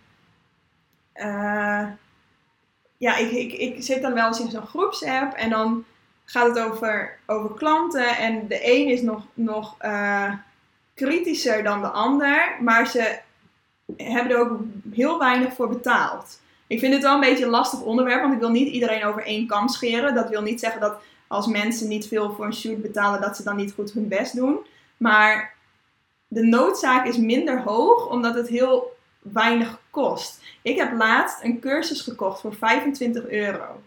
Speaker 2: uh, ja, ik, ik, ik zit dan wel eens in zo'n groepsapp en dan gaat het over, over klanten. En de een is nog, nog uh, kritischer dan de ander, maar ze hebben er ook heel weinig voor betaald. Ik vind het wel een beetje een lastig onderwerp, want ik wil niet iedereen over één kam scheren. Dat wil niet zeggen dat als mensen niet veel voor een shoot betalen, dat ze dan niet goed hun best doen. Maar de noodzaak is minder hoog, omdat het heel weinig kost. Ik heb laatst een cursus gekocht voor vijfentwintig euro.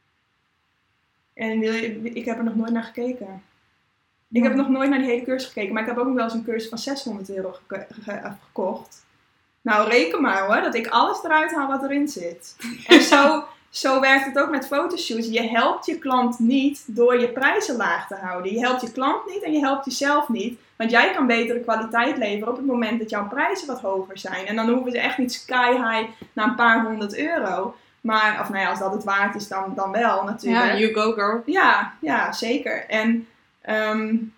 Speaker 2: En ik heb er nog nooit naar gekeken. Ik heb nog nooit naar die hele cursus gekeken, maar ik heb ook nog wel eens een cursus van zeshonderd euro geko- ge- gekocht. Nou, reken maar hoor, dat ik alles eruit haal wat erin zit. En zo, zo werkt het ook met fotoshoots. Je helpt je klant niet door je prijzen laag te houden. Je helpt je klant niet en je helpt jezelf niet. Want jij kan betere kwaliteit leveren op het moment dat jouw prijzen wat hoger zijn. En dan hoeven ze echt niet sky high naar een paar honderd euro. Maar, of nou ja, als dat het waard is, dan, dan wel natuurlijk.
Speaker 3: Ja, you go girl.
Speaker 2: Ja, ja, zeker. En um,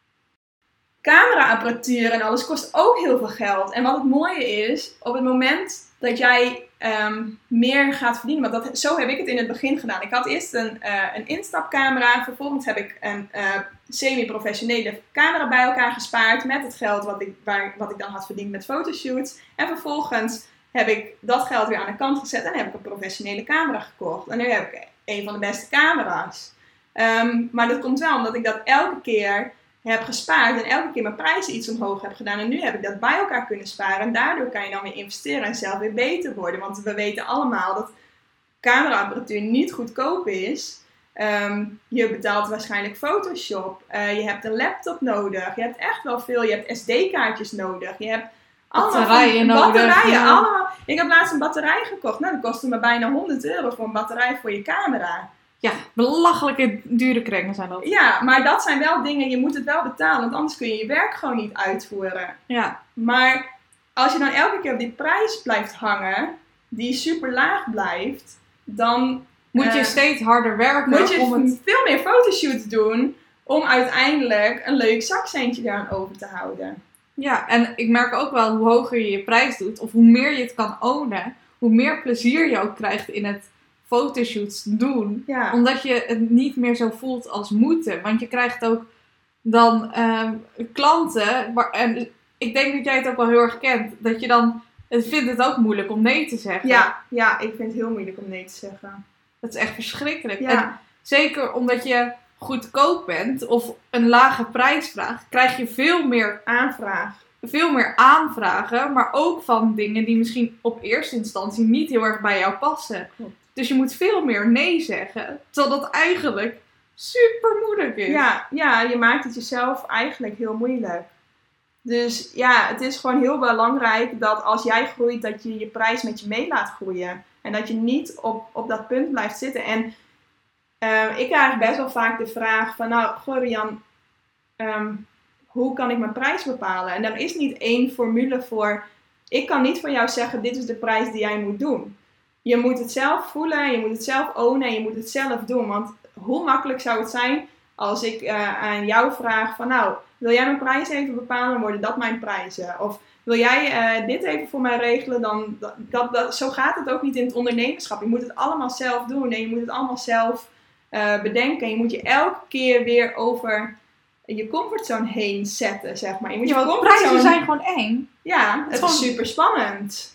Speaker 2: cameraapparatuur en alles kost ook heel veel geld. En wat het mooie is, op het moment dat jij um, meer gaat verdienen. Want dat, zo heb ik het in het begin gedaan. Ik had eerst een, uh, een instapcamera. Vervolgens heb ik een uh, semi-professionele camera bij elkaar gespaard. Met het geld wat ik, waar, wat ik dan had verdiend met fotoshoots. En vervolgens heb ik dat geld weer aan de kant gezet. En heb ik een professionele camera gekocht. En nu heb ik een van de beste camera's. Um, maar dat komt wel omdat ik dat elke keer heb gespaard. En elke keer mijn prijzen iets omhoog heb gedaan. En nu heb ik dat bij elkaar kunnen sparen. En daardoor kan je dan weer investeren en zelf weer beter worden. Want we weten allemaal dat cameraapparatuur niet goedkoop is. Um, je betaalt waarschijnlijk Photoshop. Uh, je hebt een laptop nodig. Je hebt echt wel veel. Je hebt S D-kaartjes nodig. Je hebt allemaal
Speaker 3: batterijen nodig.
Speaker 2: Batterijen,
Speaker 3: Ja.
Speaker 2: allemaal. Ik heb laatst een batterij gekocht. Nou, dat kostte me bijna honderd euro voor een batterij voor je camera.
Speaker 3: Ja, belachelijke dure krengen zijn dat.
Speaker 2: Ja, maar dat zijn wel dingen, je moet het wel betalen, want anders kun je je werk gewoon niet uitvoeren.
Speaker 3: Ja.
Speaker 2: Maar als je dan elke keer op die prijs blijft hangen, die super laag blijft, dan
Speaker 3: Moet je
Speaker 2: uh,
Speaker 3: steeds harder werken
Speaker 2: moet je
Speaker 3: om het...
Speaker 2: veel meer fotoshoots doen om uiteindelijk een leuk zakcentje daaraan over te houden.
Speaker 3: Ja, en ik merk ook wel hoe hoger je je prijs doet, of hoe meer je het kan ownen, hoe meer plezier je ook krijgt in het fotoshoots doen.
Speaker 2: Ja.
Speaker 3: Omdat je het niet meer zo voelt als moeten. Want je krijgt ook dan uh, klanten, waar, en ik denk dat jij het ook wel heel erg kent, dat je dan, het vindt het ook moeilijk om nee te zeggen.
Speaker 2: Ja, ja, ik vind het heel moeilijk om nee te zeggen.
Speaker 3: Dat is echt verschrikkelijk.
Speaker 2: Ja.
Speaker 3: En zeker omdat je goedkoop bent of een lage prijs vraagt, krijg je veel meer
Speaker 2: Aanvraag.
Speaker 3: veel meer aanvragen, maar ook van dingen die misschien op eerste instantie niet heel erg bij jou passen.
Speaker 2: Klopt.
Speaker 3: Dus je moet veel meer nee zeggen, terwijl dat eigenlijk super moeilijk is.
Speaker 2: Ja, ja, je maakt het jezelf eigenlijk heel moeilijk. Dus ja, het is gewoon heel belangrijk dat als jij groeit, dat je je prijs met je mee laat groeien. En dat je niet op, op dat punt blijft zitten. En uh, ik krijg best wel vaak de vraag van, nou, goh Rian, um, hoe kan ik mijn prijs bepalen? En er is niet één formule voor. Ik kan niet voor jou zeggen, dit is de prijs die jij moet doen. Je moet het zelf voelen, je moet het zelf ownen en je moet het zelf doen. Want hoe makkelijk zou het zijn als ik uh, aan jou vraag van, nou, wil jij mijn prijs even bepalen, dan worden dat mijn prijzen. Of wil jij uh, dit even voor mij regelen, dan dat, dat, dat, zo gaat het ook niet in het ondernemerschap. Je moet het allemaal zelf doen en je moet het allemaal zelf uh, bedenken. En je moet je elke keer weer over je comfortzone heen zetten, zeg maar. Je moet
Speaker 3: Ja,
Speaker 2: je
Speaker 3: want
Speaker 2: comfortzone...
Speaker 3: prijzen zijn gewoon eng.
Speaker 2: Ja, het is
Speaker 3: gewoon...
Speaker 2: super spannend.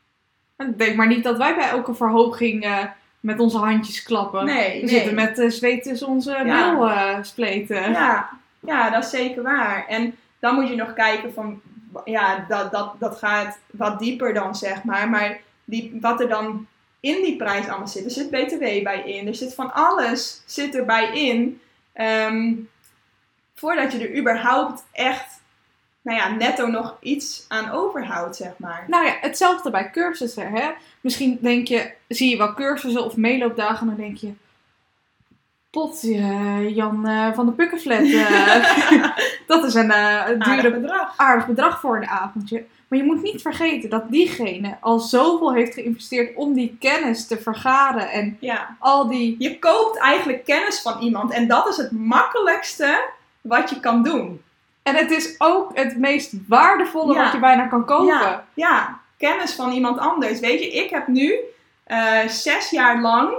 Speaker 3: Denk maar niet dat wij bij elke verhoging uh, met onze handjes klappen.
Speaker 2: Nee,
Speaker 3: We
Speaker 2: nee.
Speaker 3: zitten met uh, zweet tussen onze
Speaker 2: Ja.
Speaker 3: bil uh, spleten.
Speaker 2: Ja, ja, dat is zeker waar. En dan moet je nog kijken van, ja, dat, dat, dat gaat wat dieper dan, zeg maar. Maar die, wat er dan in die prijs allemaal zit. Er zit B T W bij in. Er zit van alles zit erbij in. Um, voordat je er überhaupt echt, nou ja, netto nog iets aan overhoudt, zeg maar.
Speaker 3: Nou ja, hetzelfde bij cursussen. Hè? Misschien denk je, zie je wel cursussen of meeloopdagen en dan denk je, pot uh, Jan uh, van de Pukkenflat. Uh, dat is een uh, dure,
Speaker 2: aardig bedrag.
Speaker 3: aardig bedrag voor een avondje. Maar je moet niet vergeten dat diegene al zoveel heeft geïnvesteerd om die kennis te vergaren. En
Speaker 2: Ja.
Speaker 3: al die...
Speaker 2: Je koopt eigenlijk kennis van iemand. En dat is het makkelijkste wat je kan doen.
Speaker 3: En het is ook het meest waardevolle
Speaker 2: Ja.
Speaker 3: wat je bijna kan kopen.
Speaker 2: Ja, ja, kennis van iemand anders. Weet je, ik heb nu uh, zes jaar lang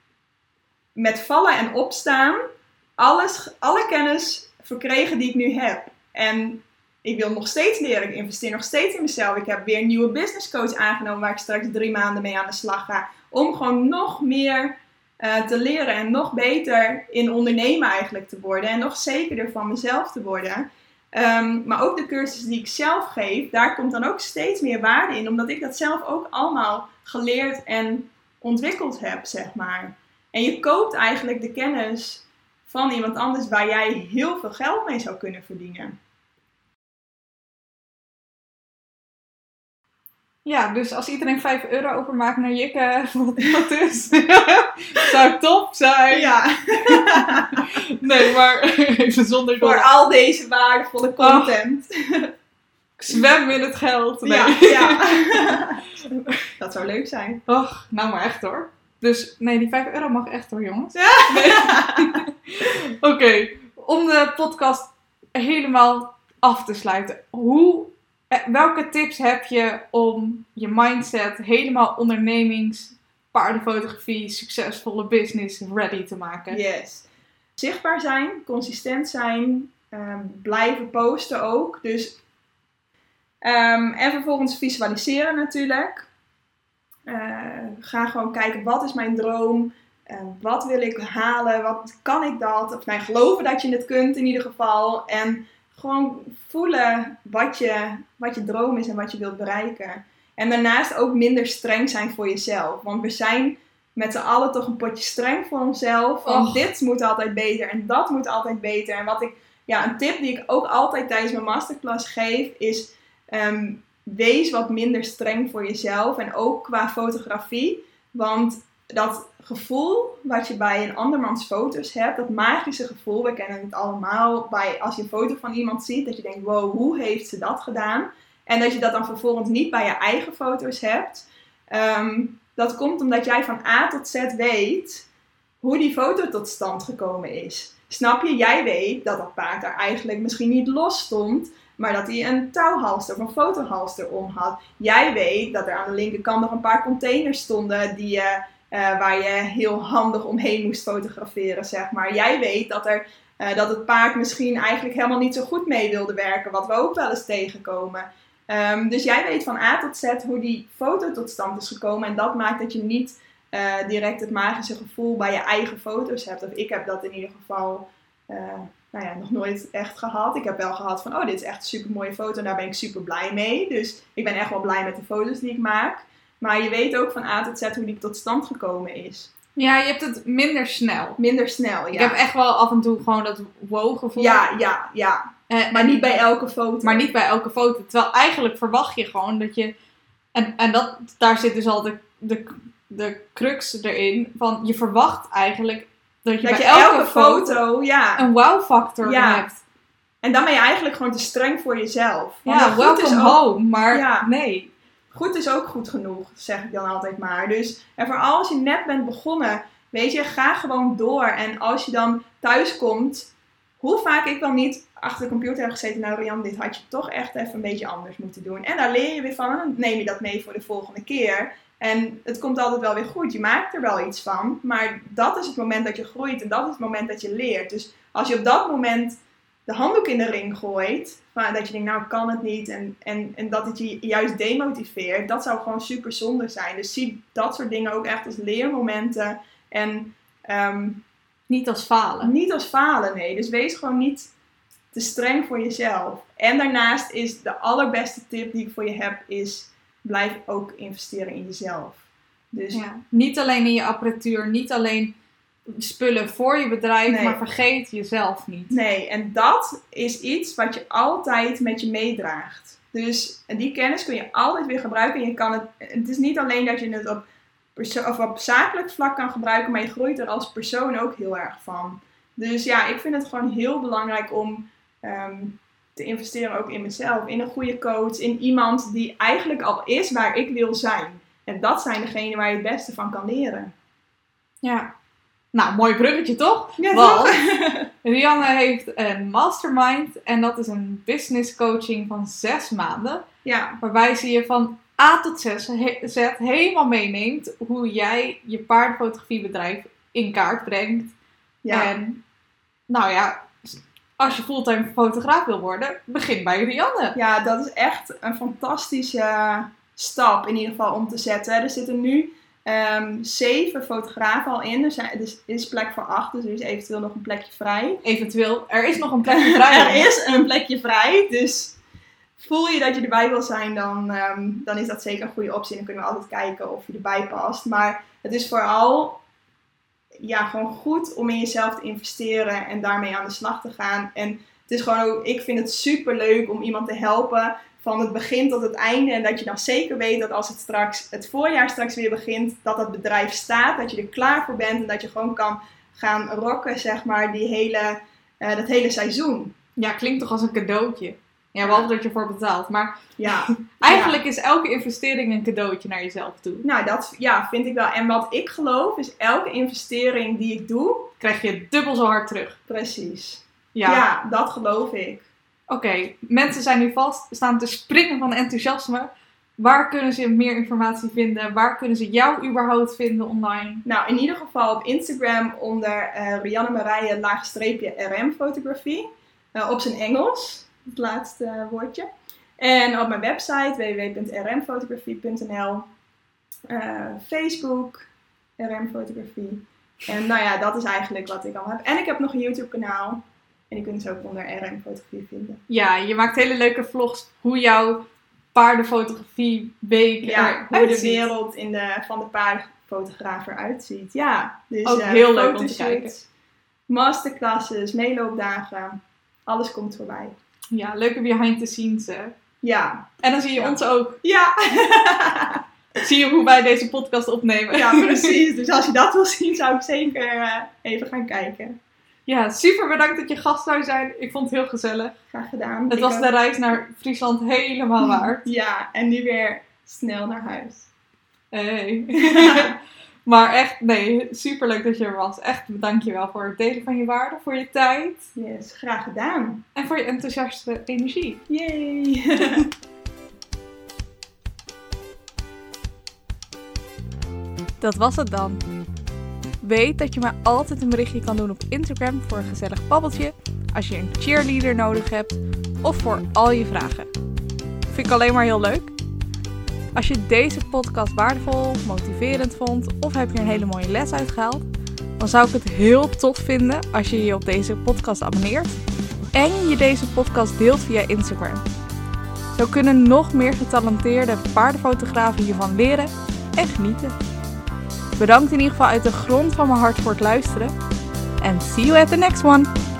Speaker 2: met vallen en opstaan alles, alle kennis verkregen die ik nu heb. En ik wil nog steeds leren. Ik investeer nog steeds in mezelf. Ik heb weer een nieuwe business coach aangenomen waar ik straks drie maanden mee aan de slag ga. Om gewoon nog meer uh, te leren en nog beter in ondernemen eigenlijk te worden. En nog zekerder van mezelf te worden. Um, maar ook de cursussen die ik zelf geef, daar komt dan ook steeds meer waarde in. Omdat ik dat zelf ook allemaal geleerd en ontwikkeld heb, zeg maar. En je koopt eigenlijk de kennis van iemand anders waar jij heel veel geld mee zou kunnen verdienen.
Speaker 3: Ja, dus als iedereen vijf euro overmaakt naar Jikke, wat dat is, zou top zijn.
Speaker 2: Ja.
Speaker 3: Nee, maar even zonder
Speaker 2: Voor
Speaker 3: door.
Speaker 2: al deze waardevolle content.
Speaker 3: Ik zwem in het geld. Nee.
Speaker 2: Ja, ja. Dat zou leuk zijn.
Speaker 3: Och, nou maar echt hoor. Dus nee, die vijf euro mag echt hoor, jongens.
Speaker 2: Ja.
Speaker 3: Nee. Oké, okay, om de podcast helemaal af te sluiten. Hoe, welke tips heb je om je mindset helemaal ondernemings, paardenfotografie, succesvolle business ready te maken?
Speaker 2: Yes. Zichtbaar zijn, consistent zijn, um, blijven posten ook. Dus, um, en vervolgens visualiseren natuurlijk. Uh, ga gewoon kijken, wat is mijn droom? Uh, wat wil ik halen? Wat kan ik dat? Of nee, geloven dat je het kunt in ieder geval. En gewoon voelen wat je, wat je droom is en wat je wilt bereiken. En daarnaast ook minder streng zijn voor jezelf. Want we zijn met z'n allen toch een potje streng voor onszelf. Van
Speaker 3: Och.
Speaker 2: dit moet altijd beter en dat moet altijd beter. En wat ik, ja, een tip die ik ook altijd tijdens mijn masterclass geef is... Um, wees wat minder streng voor jezelf. En ook qua fotografie. Want dat gevoel wat je bij een andermans foto's hebt. Dat magische gevoel. We kennen het allemaal. Bij, als je een foto van iemand ziet. Dat je denkt, wow, hoe heeft ze dat gedaan? En dat je dat dan vervolgens niet bij je eigen foto's hebt. Um, dat komt omdat jij van A tot Z weet hoe die foto tot stand gekomen is. Snap je? Jij weet dat dat paard daar eigenlijk misschien niet los stond. Maar dat hij een touwhalster of een fotohalster om had. Jij weet dat er aan de linkerkant nog een paar containers stonden die, uh, uh, waar je heel handig omheen moest fotograferen, zeg maar. Jij weet dat, er, uh, dat het paard misschien eigenlijk helemaal niet zo goed mee wilde werken, wat we ook wel eens tegenkomen. Um, dus jij weet van A tot Z hoe die foto tot stand is gekomen. En dat maakt dat je niet uh, direct het magische gevoel bij je eigen foto's hebt. Of ik heb dat in ieder geval... Uh, Nou ja, nog nooit echt gehad. Ik heb wel gehad van, oh, dit is echt een super mooie foto en daar ben ik super blij mee. Dus ik ben echt wel blij met de foto's die ik maak. Maar je weet ook van A tot Z hoe die tot stand gekomen is.
Speaker 3: Ja, je hebt het minder snel.
Speaker 2: Minder snel, ja.
Speaker 3: Ik heb echt wel af en toe gewoon dat wow gevoel.
Speaker 2: Ja, ja, ja.
Speaker 3: Uh,
Speaker 2: maar niet bij elke foto.
Speaker 3: Maar niet bij elke foto. Terwijl eigenlijk verwacht je gewoon dat je... En, en dat, daar zit dus al de, de, de crux erin. Van je verwacht eigenlijk... Dat je
Speaker 2: dat
Speaker 3: bij
Speaker 2: je
Speaker 3: elke,
Speaker 2: elke
Speaker 3: foto,
Speaker 2: foto ja.
Speaker 3: een wow-factor
Speaker 2: ja.
Speaker 3: hebt.
Speaker 2: En dan ben je eigenlijk gewoon te streng voor jezelf. Want
Speaker 3: ja, welcome
Speaker 2: ook,
Speaker 3: home, maar
Speaker 2: ja.
Speaker 3: nee.
Speaker 2: Goed is ook goed genoeg, zeg ik dan altijd maar. Dus, en vooral als je net bent begonnen, weet je, ga gewoon door. En als je dan thuis komt, hoe vaak ik wel niet achter de computer heb gezeten, nou Rian, dit had je toch echt even een beetje anders moeten doen. En daar leer je weer van, en dan neem je dat mee voor de volgende keer. En het komt altijd wel weer goed. Je maakt er wel iets van. Maar dat is het moment dat je groeit. En dat is het moment dat je leert. Dus als je op dat moment de handdoek in de ring gooit. Dat je denkt, nou kan het niet. En, en, en dat het je juist demotiveert. Dat zou gewoon super zonde zijn. Dus zie dat soort dingen ook echt als leermomenten. En um,
Speaker 3: niet als falen.
Speaker 2: Niet als falen, nee. Dus wees gewoon niet te streng voor jezelf. En daarnaast is de allerbeste tip die ik voor je heb is... Blijf ook investeren in jezelf. Dus
Speaker 3: ja, niet alleen in je apparatuur, niet alleen spullen voor je bedrijf, nee. Maar vergeet jezelf niet.
Speaker 2: Nee, en dat is iets wat je altijd met je meedraagt. Dus en die kennis kun je altijd weer gebruiken. En je kan het, het is niet alleen dat je het op, perso- of op zakelijk vlak kan gebruiken, maar je groeit er als persoon ook heel erg van. Dus ja, ik vind het gewoon heel belangrijk om... Um, te investeren ook in mezelf, in een goede coach, in iemand die eigenlijk al is waar ik wil zijn. En dat zijn degenen waar je het beste van kan leren.
Speaker 3: Ja. Nou, mooi bruggetje toch?
Speaker 2: Ja,
Speaker 3: Want
Speaker 2: toch?
Speaker 3: Rianne heeft een mastermind en dat is een business coaching van zes maanden.
Speaker 2: Ja.
Speaker 3: Waarbij ze je van A tot Z helemaal meeneemt hoe jij je paardenfotografiebedrijf in kaart brengt.
Speaker 2: Ja.
Speaker 3: En nou ja... Als je fulltime fotograaf wil worden, begin bij Rianne.
Speaker 2: Ja, dat is echt een fantastische stap in ieder geval om te zetten. Er zitten nu um, zeven fotografen al in. Er, zijn, er is plek voor acht, dus er is eventueel nog een plekje vrij.
Speaker 3: Eventueel, er is nog een plekje vrij.
Speaker 2: Er is een plekje vrij, dus voel je dat je erbij wil zijn, dan, um, dan is dat zeker een goede optie. Dan kunnen we altijd kijken of je erbij past. Maar het is vooral... Ja, gewoon goed om in jezelf te investeren en daarmee aan de slag te gaan. En het is gewoon ook, ik vind het super leuk om iemand te helpen van het begin tot het einde. En dat je dan zeker weet dat als het straks, het voorjaar straks weer begint, dat dat bedrijf staat. Dat je er klaar voor bent en dat je gewoon kan gaan rocken, zeg maar, die hele, uh, dat hele seizoen.
Speaker 3: Ja, klinkt toch als een cadeautje. Ja, behalve dat je ervoor betaalt. Maar
Speaker 2: ja.
Speaker 3: eigenlijk
Speaker 2: ja.
Speaker 3: is elke investering een cadeautje naar jezelf toe.
Speaker 2: Nou, dat ja, vind ik wel. En wat ik geloof is elke investering die ik doe,
Speaker 3: krijg je dubbel zo hard terug.
Speaker 2: Precies.
Speaker 3: Ja,
Speaker 2: ja dat geloof ik.
Speaker 3: Oké, okay, mensen zijn nu vast, staan te springen van enthousiasme. Waar kunnen ze meer informatie vinden? Waar kunnen ze jou überhaupt vinden online?
Speaker 2: Nou, in ieder geval op Instagram onder uh, Rianne Marije laagstreepje R M fotografie. Uh, op zijn Engels, het laatste uh, woordje. En op mijn website w w w punt r m fotografie punt n l. Uh, Facebook, R M fotografie. En nou ja, dat is eigenlijk wat ik al heb. En ik heb nog een YouTube kanaal. En die kunnen ze ook onder R M fotografie vinden.
Speaker 3: Ja, je maakt hele leuke vlogs hoe jouw paardenfotografie week
Speaker 2: ja, hoe de wereld in de, van de paardenfotograaf eruit ziet. Ja, dus
Speaker 3: ook
Speaker 2: uh,
Speaker 3: heel leuk om te kijken.
Speaker 2: Masterclasses, meeloopdagen, alles komt voorbij.
Speaker 3: Ja, leuke behind the scenes. Hè?
Speaker 2: Ja.
Speaker 3: En dan zie je
Speaker 2: ja.
Speaker 3: ons ook.
Speaker 2: Ja.
Speaker 3: Zie je hoe wij deze podcast opnemen.
Speaker 2: Ja, precies. Dus als je dat wil zien, zou ik zeker uh, even gaan kijken.
Speaker 3: Ja, super bedankt dat je gast zou zijn. Ik vond het heel gezellig.
Speaker 2: Graag gedaan.
Speaker 3: Het
Speaker 2: ik
Speaker 3: was
Speaker 2: ook.
Speaker 3: de reis naar Friesland helemaal waard.
Speaker 2: Ja, en nu weer snel naar huis.
Speaker 3: Hey. Maar echt, nee, super leuk dat je er was. Echt, dankjewel voor het delen van je waarde, voor je tijd.
Speaker 2: Yes, graag gedaan.
Speaker 3: En voor je enthousiaste energie.
Speaker 2: Yay!
Speaker 1: Dat was het dan. Weet dat je mij altijd een berichtje kan doen op Instagram voor een gezellig babbeltje, als je een cheerleader nodig hebt of voor al je vragen. Vind ik alleen maar heel leuk. Als je deze podcast waardevol, motiverend vond of heb je een hele mooie les uitgehaald, dan zou ik het heel tof vinden als je je op deze podcast abonneert en je deze podcast deelt via Instagram. Zo kunnen nog meer getalenteerde paardenfotografen hiervan leren en genieten. Bedankt in ieder geval uit de grond van mijn hart voor het luisteren. En see you at the next one!